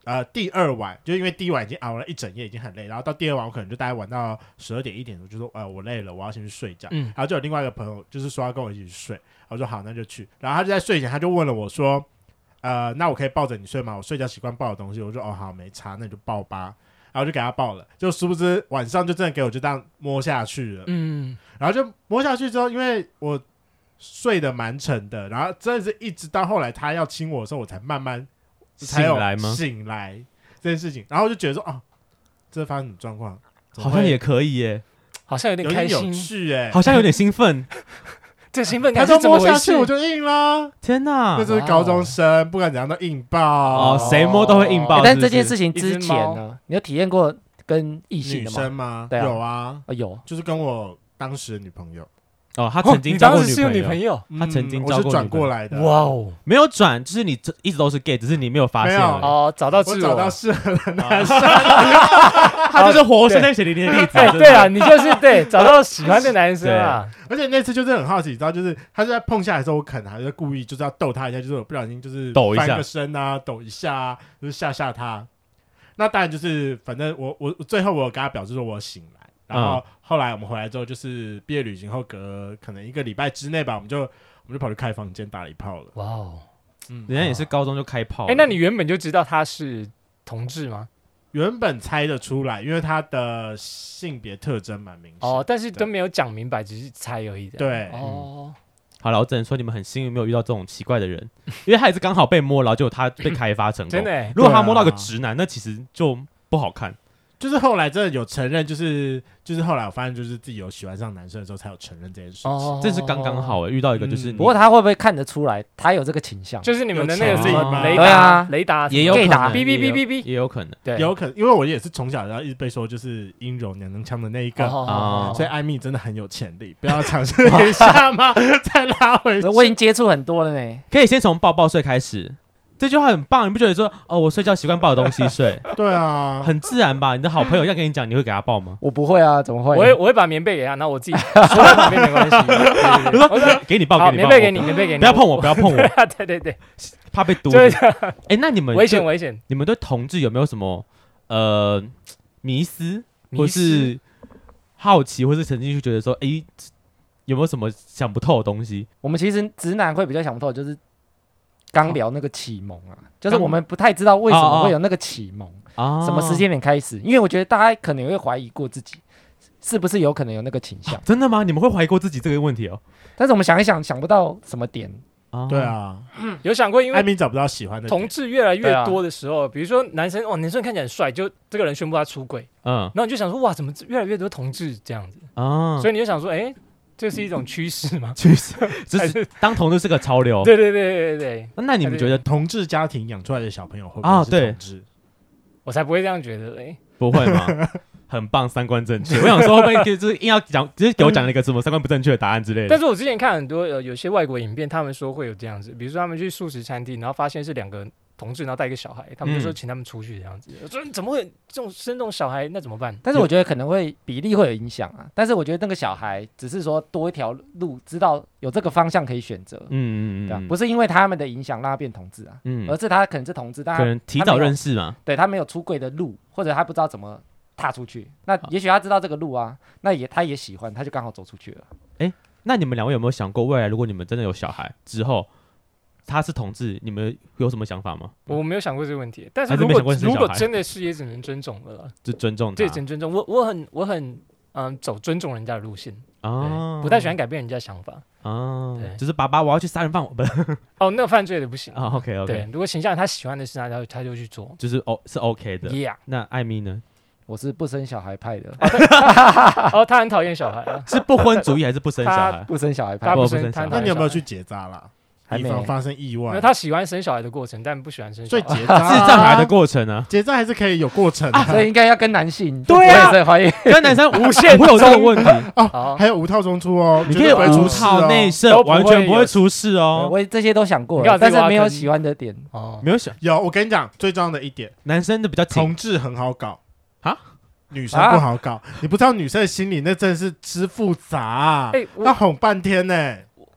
呃第二晚，就因为第一晚已经熬了一整夜，已经很累，然后到第二晚我可能就大概玩到十二点一点，我就说呃我累了，我要先去睡觉。嗯，然后就有另外一个朋友就是说要跟我一起去睡，我说好那就去，然后他就在睡前他就问了我说，呃那我可以抱着你睡吗？我睡觉习惯抱的东西，我说哦好没差，那你就抱吧。然后就给他抱了，就殊不知晚上就真的给我就这样摸下去了，嗯，然后就摸下去之后，因为我睡得蛮沉的，然后真的是一直到后来他要亲我的时候，我才慢慢才有醒来吗？ 醒来这件事情，然后就觉得说，哦，这发生什么状况？ 好像也可以耶， 好像有点开心， 有趣哎， 好像有点兴奋。 这兴奋感是怎么回事？ 他就摸下去我就硬了， 天哪！ 那就是高中生，不管怎样都硬爆哦，谁摸都会硬爆。 但这件事情之前呢，你有体验过跟异性的女生吗？ 对啊， 有啊， 有， 就是跟我当时的女朋友。 哦，他曾经交过女朋友， 他曾经交过女朋友， 我是转过来的。 哇哦， 没有转，就是你一直都是 gay， 只是你没有发现哦，找到自我，找到适合的男生， 他就是活生生血淋淋的例子。 对啊，你就是对找到喜欢的男生啊。 而且那次就是很好奇，你知道，就是他就在碰下来的时候，我可能还是故意就是要逗他一下，就是我不小心就是抖一下翻个身啊，抖一下啊，就是吓吓他。那当然就是，反正我我最后我有跟他表示说我醒来。然后后来我们回来之后，就是毕业旅行后隔可能一个礼拜之内吧，我们就我们就跑去开房间打了一炮了。 哇哦， 嗯，人家也是高中就开炮。 哎，那你原本就知道他是同志吗？ 原本猜得出来，因为他的性别特征蛮明显哦，但是都没有讲明白，只是猜而已的。 对， 哦， 好了，我只能说你们很幸运没有遇到这种奇怪的人，因为他也是刚好被摸，然后结果他被开发成功。 真的， 如果他摸到个直男，那其实就不好看。 就是后来真的有承认，就是就是后来我发现，就是自己有喜欢上男生的时候，才有承认这件事情。 哦，这是刚刚好诶，遇到一个就是。 不过他会不会看得出来，他有这个倾向？ 就是你们的那个什么雷达，雷达也有可能， 哔哔哔哔哔， 也有可能， 对， 有可能，因为我也是从小然后一直被说就是阴柔娘娘腔的那一个，所以艾米真的很有潜力，不要尝试一下吗？再拉回去。 我已经接触很多了呢， 可以先从抱抱睡开始。这句话很棒，你不觉得说哦，我睡觉习惯抱的东西睡？ 对啊， 很自然吧？你的好朋友要跟你讲，你会给他抱吗？ 我不会啊，怎么会？ 我会我会把棉被给他，然后我自己缩在旁边没关系。 我说给你抱，给你抱，棉被给你，棉被给你， 不要碰我，不要碰我。 对对对， 怕被毒。哎，那你们危险危险！ 你们对同志有没有什么呃迷思，或是好奇，或是曾经就觉得说，哎，有没有什么想不透的东西？ 我们其实直男会比较想不透，就是。刚聊那个启蒙啊，就是我们不太知道为什么会有那个启蒙，哦、什么时间点开始？因为我觉得大家可能会怀疑过自己是不是有可能有那个倾向、啊。 真的吗？你们会怀疑过自己这个问题哦？ 但是我们想一想，想不到什么点。 哦、对啊、 嗯，有想过，因为艾米找不到喜欢的同志越来越多的时候，啊、比如说男生哦，男生看起来很帅，就这个人宣布他出轨，嗯，然后你就想说哇，怎么越来越多同志这样子啊？所以你就想说，哎。这是一种趋势吗？ 趋势就是当同志是个潮流。 对对对对对。 那你们觉得同志家庭养出来的小朋友会不会是同志？ 我才不会这样觉得嘞。 不会吗？很棒，三观正确。我想说会不会就是硬要讲，只是给我讲了一个什么三观不正确的答案之类的。 但是我之前看很多呃有些外国影片，他们说会有这样子，比如说他们去素食餐厅，然后发现是两个同志，然后带一个小孩，他们就说请他们出去这样子。我说、嗯、怎么会这种生这种小孩，那怎么办？ 但是我觉得可能会比例会有影响啊。但是我觉得那个小孩只是说多一条路，知道有这个方向可以选择。嗯嗯嗯，对啊，不是因为他们的影响让他变同志啊，嗯，而是他可能是同志，但他可能提早认识嘛， 对他没有出柜的路，或者他不知道怎么踏出去。那也许他知道这个路啊，那也他也喜欢，他就刚好走出去了。 哎，那你们两位有没有想过，未来如果你们真的有小孩之后？他是同志，你们有什么想法吗？ 我没有想过这个问题，但是如果如果真的是，也只能尊重了， 就尊重他， 对，只能尊重。我我很我很嗯，走尊重人家的路线啊，不太喜欢改变人家的想法啊。对， 就是爸爸，我要去杀人放火，不是哦，那个犯罪的不行啊。OK OK， 对，如果倾向他喜欢的事，他他他就去做， 就是哦是 OK 的。 Yeah， 那艾米呢？ 我是不生小孩派的。 哦，他很讨厌小孩啊， 是不婚主义还是不生小孩？ 不生小孩派， 他不生。 那你有没有去结扎啦？以防发生意外， 他喜欢生小孩的过程，但不喜欢生小孩。 所以结扎是障碍的过程啊， 结扎还是可以有过程的， 所以应该要跟男性。 对啊， 跟男生无限会有这个问题哦。还有无套中出哦， 你可以无套内射，完全不会出事哦。 我这些都想过了，但是没有喜欢的点哦，没有想有。我跟你讲，最重要的一点， 男生的比较同志很好搞啊。女生不好搞，啊、你不知道女生的心理那真的是之复杂、啊，欸、要哄半天呢、欸。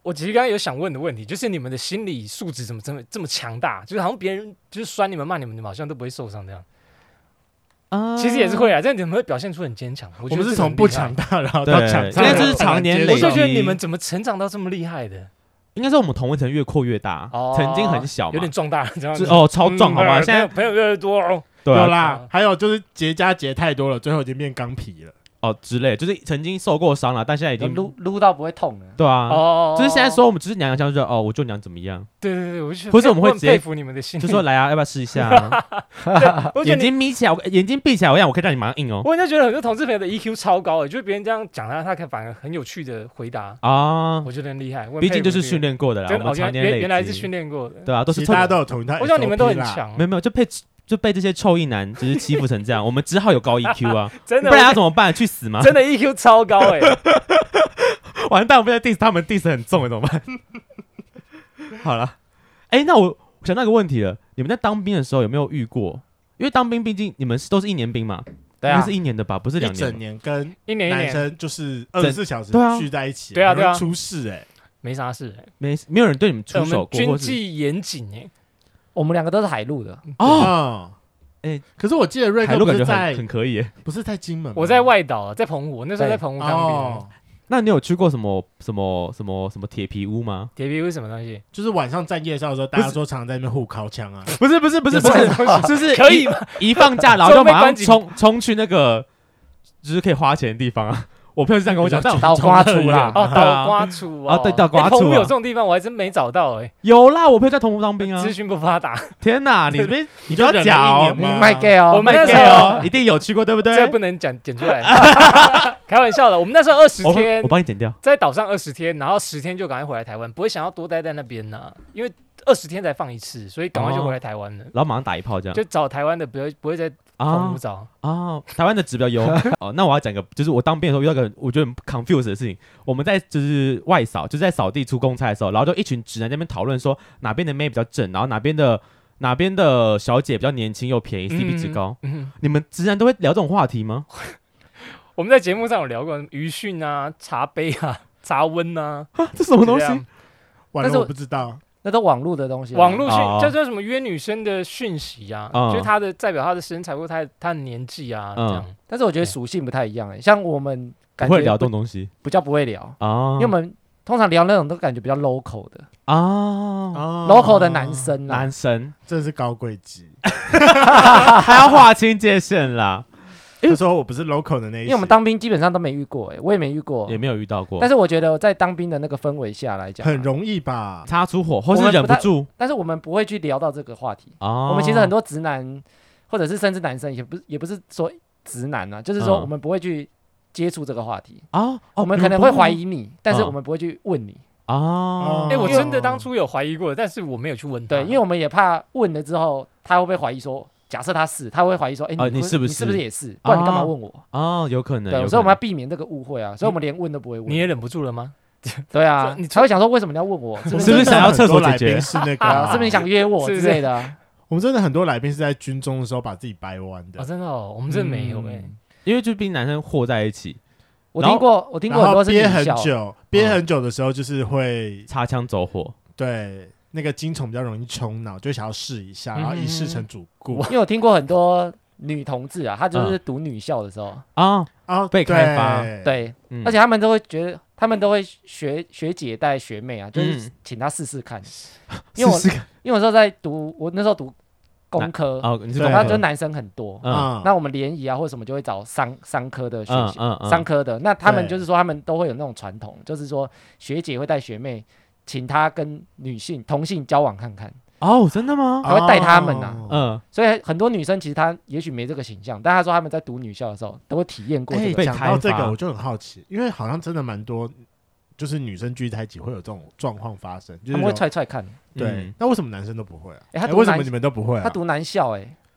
我其实刚刚有想问的问题，就是你们的心理素质怎么这么这么强大？就是好像别人就是酸你们、骂你们，你们好像都不会受伤这样。Uh, 其实也是会啊，这样你们会表现出很坚强。我, 我们是从不强大然后到强大， 因为这是长年累积。 我就觉得你们怎么成长到这么厉害的？ 应该是我们同温层越扩越大，哦、曾经很小嘛， 有点壮大这样子。 哦，超壮，好吧、嗯？现在朋友越来越多哦。 对、 啊，有啦，还有就是结痂结太多了，最后已经变钢皮了。 哦，之类，就是曾经受过伤了，但现在已经撸撸到不会痛了。 对啊，哦，就是现在说我们只是娘娘腔，就是哦，我就娘怎么样？ 对对对，我就或者我们会直接佩服你们的心， 就说来啊，要不要试一下、啊？眼睛眯起来，眼睛闭起来，我想我可以让你马上硬哦。 我就觉得很多同志朋友的 E Q 超高诶，就是别人这样讲他，他可反而很有趣的回答啊，我觉得很厉害。 毕竟就是训练过的啦，我们常年累积， 原来是训练过的， 对啊，都是大家都有同一套， 我想你们都很强， 没有没有就配。就被这些臭意男就是欺负成这样，我们只好有高 E Q 啊， 真的， 不然要怎么办？去死吗？ 真的 E Q 超高哎、欸， 完蛋，我被 diss 他们 diss 很重了，怎么办？好了，哎、欸，那我想到一个问题了，你们在当兵的时候有没有遇过？因为当兵毕竟你们都是一年兵嘛， 对啊， 是一年的吧，不是两年， 一整年跟一年男生就是二十四小时聚在一起， 对啊对啊， 出事哎、欸， 没啥事哎、欸， 没没有人对你们出手过， 军纪严谨哎， 我们两个都是海陆的哦。哎、欸，可是我记得瑞克不是在很, 很可以， 不是在金门吗？ 我在外岛，在澎湖，那时候在澎湖当兵、哦。 那你有去过什么什么什么什么铁皮屋吗？ 铁皮屋是什么东西？ 就是晚上站夜哨的时候，大家说常常在那边互靠枪啊。 不是不是不是不是，就是可以吗？ 一放假然后就马上冲冲去那个，就是可以花钱的地方啊。我朋友是这样跟我讲，但倒瓜处啦， 哦，倒瓜处啊，对，倒瓜处。 澎湖有这种地方，我还真没找到哎。 有啦，我朋友在澎湖当兵啊。 资讯不发达， 天哪，你这边你就要讲， 你卖 gay 哦， 我们那时候一定有去过，对不对？ 这不能讲剪出来，开玩笑的。我们那时候二十天， 我帮你剪掉， 在岛上二十天，然后十天就赶快回来台湾，不会想要多待在那边呢，因为二十天才放一次，所以赶快就回来台湾了。 然后马上打一炮这样， 就找台湾的，不会不会在。澎湖找啊，台湾的指标优哦。那我要讲一个，就是我当兵的时候遇到一个我觉得很 confuse 的事情。我们在就是外扫，就是在扫地出公差的时候，然后就一群直男在那边讨论说哪边的妹比较正，然后哪边的哪边的小姐比较年轻又便宜 ，C P 值高。嗯嗯、你们直男都会聊这种话题吗？ 我们在节目上有聊过鱼讯啊、茶杯啊、茶温啊， 啊这什么东西？ 完了，我不知道。 那都网络的东西、啊， 网络讯叫做什么约女生的讯息啊，哦、就是她的代表她的身材或她她的年纪啊、嗯、这样。 但是我觉得属性不太一样、欸，像我们感觉不会聊这种东西， 比较不会聊啊，哦、因为我们通常聊那种都感觉比较 local 的啊、哦、，local 的男生啦， 男生这是高贵级， 还要划清界限啦。 就说我不是 local 的那一， 因为我们当兵基本上都没遇过、欸，哎，我也没遇过， 也没有遇到过。 但是我觉得在当兵的那个氛围下来讲， 很容易吧， 擦出火，或是忍不住。 但是我们不会去聊到这个话题。哦、我们其实很多直男，或者是甚至男生，也不是也不是说直男啊，就是说我们不会去接触这个话题啊。哦、我们可能会怀疑你，嗯、但是我们不会去问你。 哦， 哎、欸，我真的当初有怀疑过，但是我没有去问他。 对，因为我们也怕问了之后，他会不会怀疑说。假设他是，他会怀疑说：“哎、欸，你、 哦、你是不是？ 你是不是也是？不然你干嘛问我？” 哦，有可能。 对，所以我们要避免这个误会啊，所以我们连问都不会问。 你也忍不住了吗？ 对啊，你才会想说为什么你要问我？是不是， 是不是想要厕所解决？ 是那个、啊， 是不是你想约我之类的、啊？ 我们真的很多来宾是在军中的时候把自己掰弯的。 哦，真的哦，我们真的没有哎、欸嗯，因为就逼男生和在一起。 我听过，我听过很多是憋很久，憋很久的时候就是会擦枪走火。 对。那个精虫比较容易冲脑，就想要试一下，然后一试成主顾。 因为我听过很多女同志啊，她就是读女校的时候啊啊被开发， 对，而且他们都会觉得，他们都会学学姐带学妹啊，就是请她试试看。因为我因为我那时候在读，我那时候读工科， 哦，你是工科，就男生很多，嗯，那我们联谊啊或者什么就会找商商科的学习，商科的，那他们就是说他们都会有那种传统，就是说学姐会带学妹。请他跟女性同性交往看看哦，真的吗？ 他会带他们呐、啊，嗯、 哦， 所以很多女生其实她也许没这个形象，但她说他们在读女校的时候都会体验过这个。 讲到这个，我就很好奇，因为好像真的蛮多，就是女生聚在一起会有这种状况发生，就是他们会踹踹看。 对，嗯、那为什么男生都不会啊？ 哎、欸，他、 欸、为什么你们都不会啊？ 他读男校、欸，哎，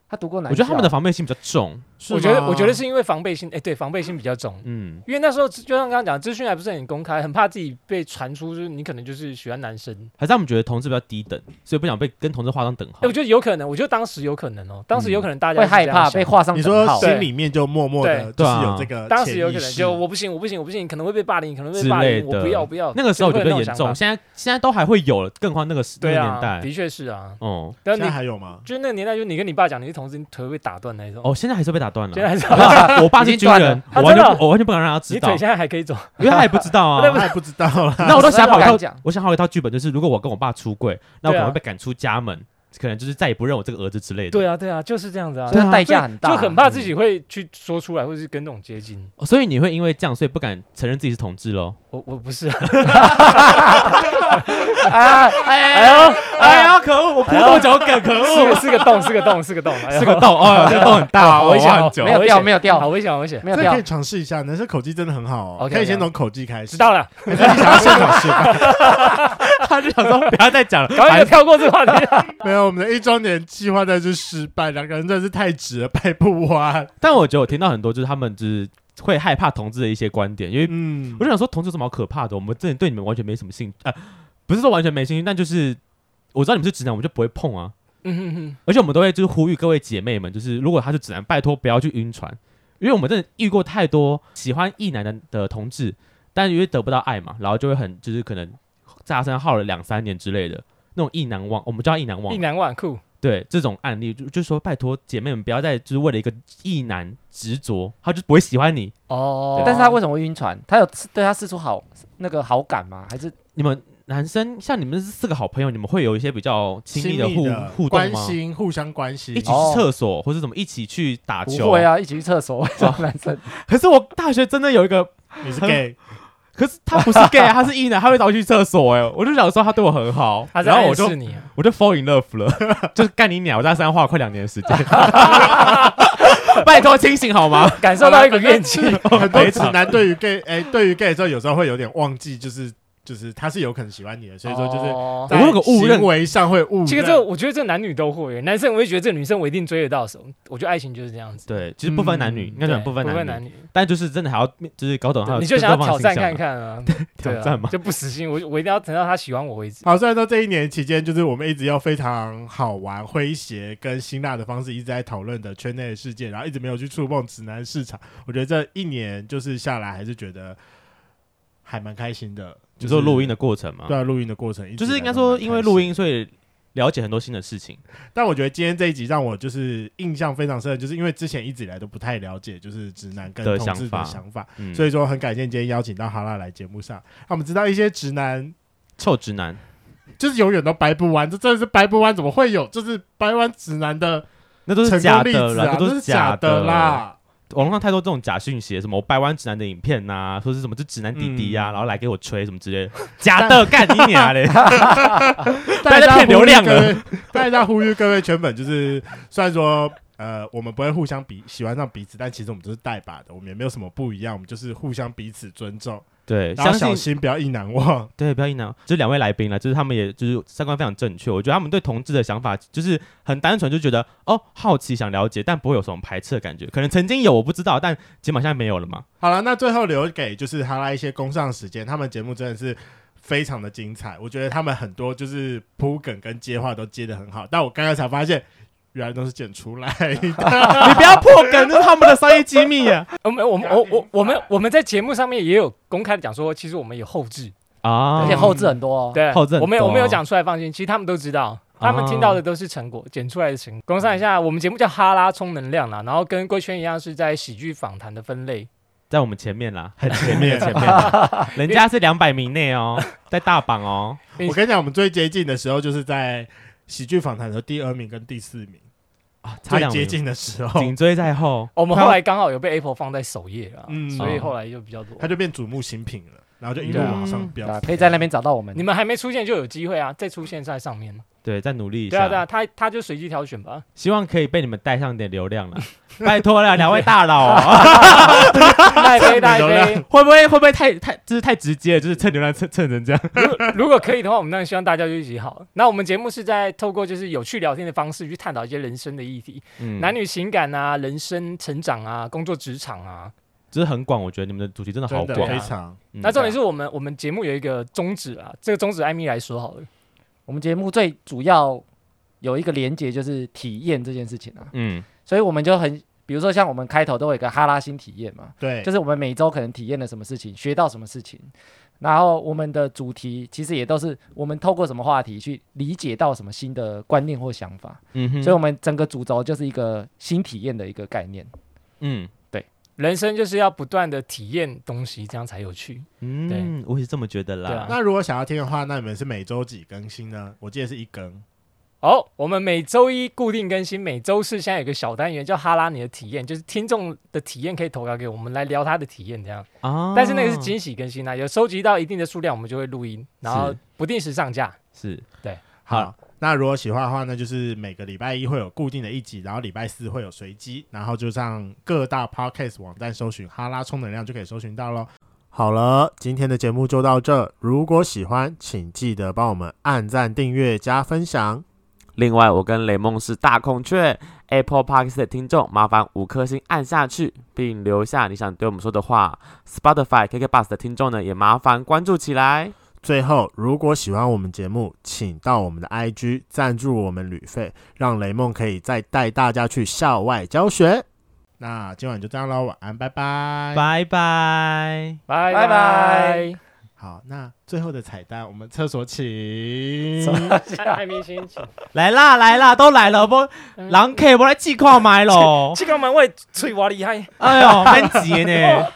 他读过男校， 我觉得他们的防备心比较重。 我觉得，我觉得是因为防备心，哎、欸，对，防备心比较重。嗯，因为那时候就像刚刚讲，资讯还不是很公开，很怕自己被传出，就是你可能就是喜欢男生， 还是他们觉得同志比较低等，所以不想被跟同志画上等号。 欸、我觉得有可能，我觉得当时有可能哦、喔，当时有可能大家、 嗯、会害怕被画上等号。 你说心里面就默默的，就是有这个， 当时有可能就我不行，我不行，我不行，可能会被霸凌，可能会被霸凌，我不要，我不要。 那个时候我觉得严重，现在现在都还会有，更何况那个那个年代， 的确是啊。 哦，现在还有吗？ 就是那个年代，就你跟你爸讲你是同志，你腿会被打断那种。 哦，现在还是被打断了。 现在还是。 我爸是军人，我完全我完全不敢让他知道。 你腿现在还可以走， 因为他也不知道啊， 他也不知道了。 那我都想好一套，我想好一套剧本，就是如果我跟我爸出柜，那我可能会被赶出家门，可能就是再也不认我这个儿子之类的。 对啊，对啊，就是这样子啊， 这代价很大， 就很怕自己会去说出来，或是跟那种接近。 所以你会因为这样，所以不敢承认自己是同志喽？ 我我不是。 哎哎呦哎呦，可恶！我铺多久梗？可恶！ 是个洞，是个洞，是个洞， 是个洞。哦，这个洞很大， 好危险， 没有掉，没有掉， 好危险，好危险， 没有掉。 可以尝试一下，男生口技真的很好哦，可以先从口技开始。 知道了， 你想要现场示范？ 他就想说不要再讲了， 赶快跳过这个话题。 没有，我们的一周年计划在这失败，两个人真的是太直了，掰不弯。 但我觉得我听到很多就是他们就是会害怕同志的一些观点，因为嗯，我就想说同志有什么好可怕的？我们真的对你们完全没什么兴趣，呃，不是说完全没兴趣，但就是我知道你们是直男，我们就不会碰啊。嗯哼哼。而且我们都会就是呼吁各位姐妹们，就是如果他是直男，拜托不要去晕船，因为我们真的遇过太多喜欢异男的的同志，但因为得不到爱嘛，然后就会很就是可能在他身上耗了两三年之类的那种意难忘，我们叫意难忘， 意难忘酷。 对这种案例，就就说拜托姐妹们不要再就是为了一个异男执着，他就不会喜欢你哦。但是他为什么会晕船？他有对他释出好那个好感吗？还是你们男生像你们是四个好朋友，你们会有一些比较亲密的互互动吗？ 关心，互相关心， 一起去厕所、哦、或者怎么一起去打球？ 不会啊，一起去厕所，找男生。 可是我大学真的有一个， 你是 gay。 可是他不是 gay， 他是异男，他会找我去厕所哎、欸，我就想说他对我很好，然后我就我就 fall in love 了，就是干你鸟，我在他身上花了快两年的时间，拜托清醒好吗？ 感受到一个怨气。 很多直男对于 gay， 哎、欸，对于 gay 的时候，有时候会有点忘记，就是。就是他是有可能喜欢你的，所以说就是在行为上会误认。 其实这我觉得这男女都会，男生我会觉得这女生我一定追得到手。我觉得爱情就是这样子。 对，其实不分男女，应该讲不分男女，但就是真的还要就是搞懂他。 你就想要挑战看看啊？ 挑战嘛， 就不死心，我我一定要等到他喜欢我为止。 好，虽然说这一年期间，就是我们一直用非常好玩、诙谐跟辛辣的方式一直在讨论的圈内的事件，然后一直没有去触碰直男市场。我觉得这一年就是下来，还是觉得还蛮开心的。 就是录音的过程嘛， 对啊，录音的过程就是应该说，因为录音所以了解很多新的事情。 但我觉得今天这一集让我就是印象非常深的，就是因为之前一直以来都不太了解，就是直男跟同志的想法，嗯、所以说很感谢今天邀请到哈拉来节目上，让我们知道一些直男、 臭直男， 就是永远都掰不弯，这真的是掰不弯，怎么会有就是掰弯直男的、啊？ 那都是假的啦， 那都是假的啦。 网络上太多这种假讯息，什么我掰弯直男的影片呐、啊，说是什么是直男弟弟呀、啊嗯，然后来给我吹什么之类的，假的，干你娘嘞！大家骗流量了， 大家呼吁各位圈粉，就是虽然说呃我们不会互相比喜欢上彼此，但其实我们都是带把的，我们也没有什么不一样，我们就是互相彼此尊重。 对， 然后小心不要意难忘。 对，不要意难忘。就是两位来宾了，就是他们也就是三观非常正确。我觉得他们对同志的想法就是很单纯，就觉得哦好奇想了解，但不会有什么排斥的感觉。可能曾经有我不知道，但起码现在没有了嘛。 好了，那最后留给就是哈拉一些工商时间，他们节目真的是非常的精彩。我觉得他们很多就是铺梗跟接话都接得很好，但我刚刚才发现。原来都是剪出来的，你不要破梗，这是他们的商业机密啊！ 我们我们我我我们我们在节目上面也有公开的讲说，其实我们有后制啊，而且后制很多哦。 对， 后制很多、哦、 我们我们有讲出来，放心，其实他们都知道，他们听到的都是成果，剪出来的成果。公上一下，我们节目叫哈拉充能量啦，然后跟贵圈一样是在喜剧访谈的分类， 在我们前面啦，很前面前面啦，人家是两百名内哦，在大榜哦。 我跟你讲，我们最接近的时候就是在。喜剧访谈的时候，第二名跟第四名啊，差最接近的时候， 紧追在后。 我们后来刚好有被 Apple 放在首页啊，嗯，所以后来就比较多， 它就变瞩目新品了。 然后就一路往上飙、 嗯，可以在那边找到我们。 你们还没出现就有机会啊，再出现在上面。 对，再努力一下。 对啊，对啊，他他就随机挑选吧。 希望可以被你们带上点流量了，拜托了，两位大佬。 带杯带杯， 会不会会不会太太就是太直接了，就是蹭流量蹭蹭成这样？ 如果可以的话，我们当然希望大家就一起好。那我们节目是在透过就是有趣聊天的方式去探讨一些人生的议题，嗯、男女情感啊、人生成长啊、工作职场啊。 就是很广，我觉得你们的主题真的好广， 非常。 嗯、那重点是我们我们节目有一个宗旨啊，这个宗旨艾米来说好了。 我们节目最主要有一个连结，就是体验这件事情啊。嗯，所以我们就很，比如说像我们开头都有一个哈拉新体验嘛， 对， 就是我们每周可能体验了什么事情，学到什么事情，然后我们的主题其实也都是我们透过什么话题去理解到什么新的观念或想法。嗯哼，所以我们整个主轴就是一个新体验的一个概念。嗯。 人生就是要不断的体验东西，这样才有趣。 嗯，对，我也是这么觉得啦。 啊、 那如果想要听的话，那你们是每周几更新呢？我记得是一更。 哦，我们每周一固定更新，每周四现在有个小单元叫哈拉你的体验，就是听众的体验可以投稿给我们来聊他的体验这样。啊，但是那个是惊喜更新啊，有收集到一定的数量，我们就会录音，然后不定时上架。 是， 对， 好。那如果喜欢的话呢，就是每个礼拜一会有固定的一集，然后礼拜四会有随机，然后就上各大 podcast 网站搜寻哈拉充能量就可以搜寻到咯。好了，今天的节目就到这，如果喜欢请记得帮我们按赞订阅加分享。 另外我跟雷梦是大孔雀 Apple Podcast 的听众，麻烦五颗星按下去并留下你想对我们说的话。 Spotify、K K B O X 的听众呢也麻烦关注起来。 最后，如果喜欢我们节目，请到我们的 I G 赞助我们旅费，让雷梦可以再带大家去校外教学。那今晚就这样咯，晚安，拜拜， 拜拜， 拜拜拜。 好，那最后的彩蛋，我们厕所请。 还没先请。 来啦来啦，都来了，不，人客不来试看卖咯。 试看卖，我嘴我厉害。 哎呦，蛮急呢。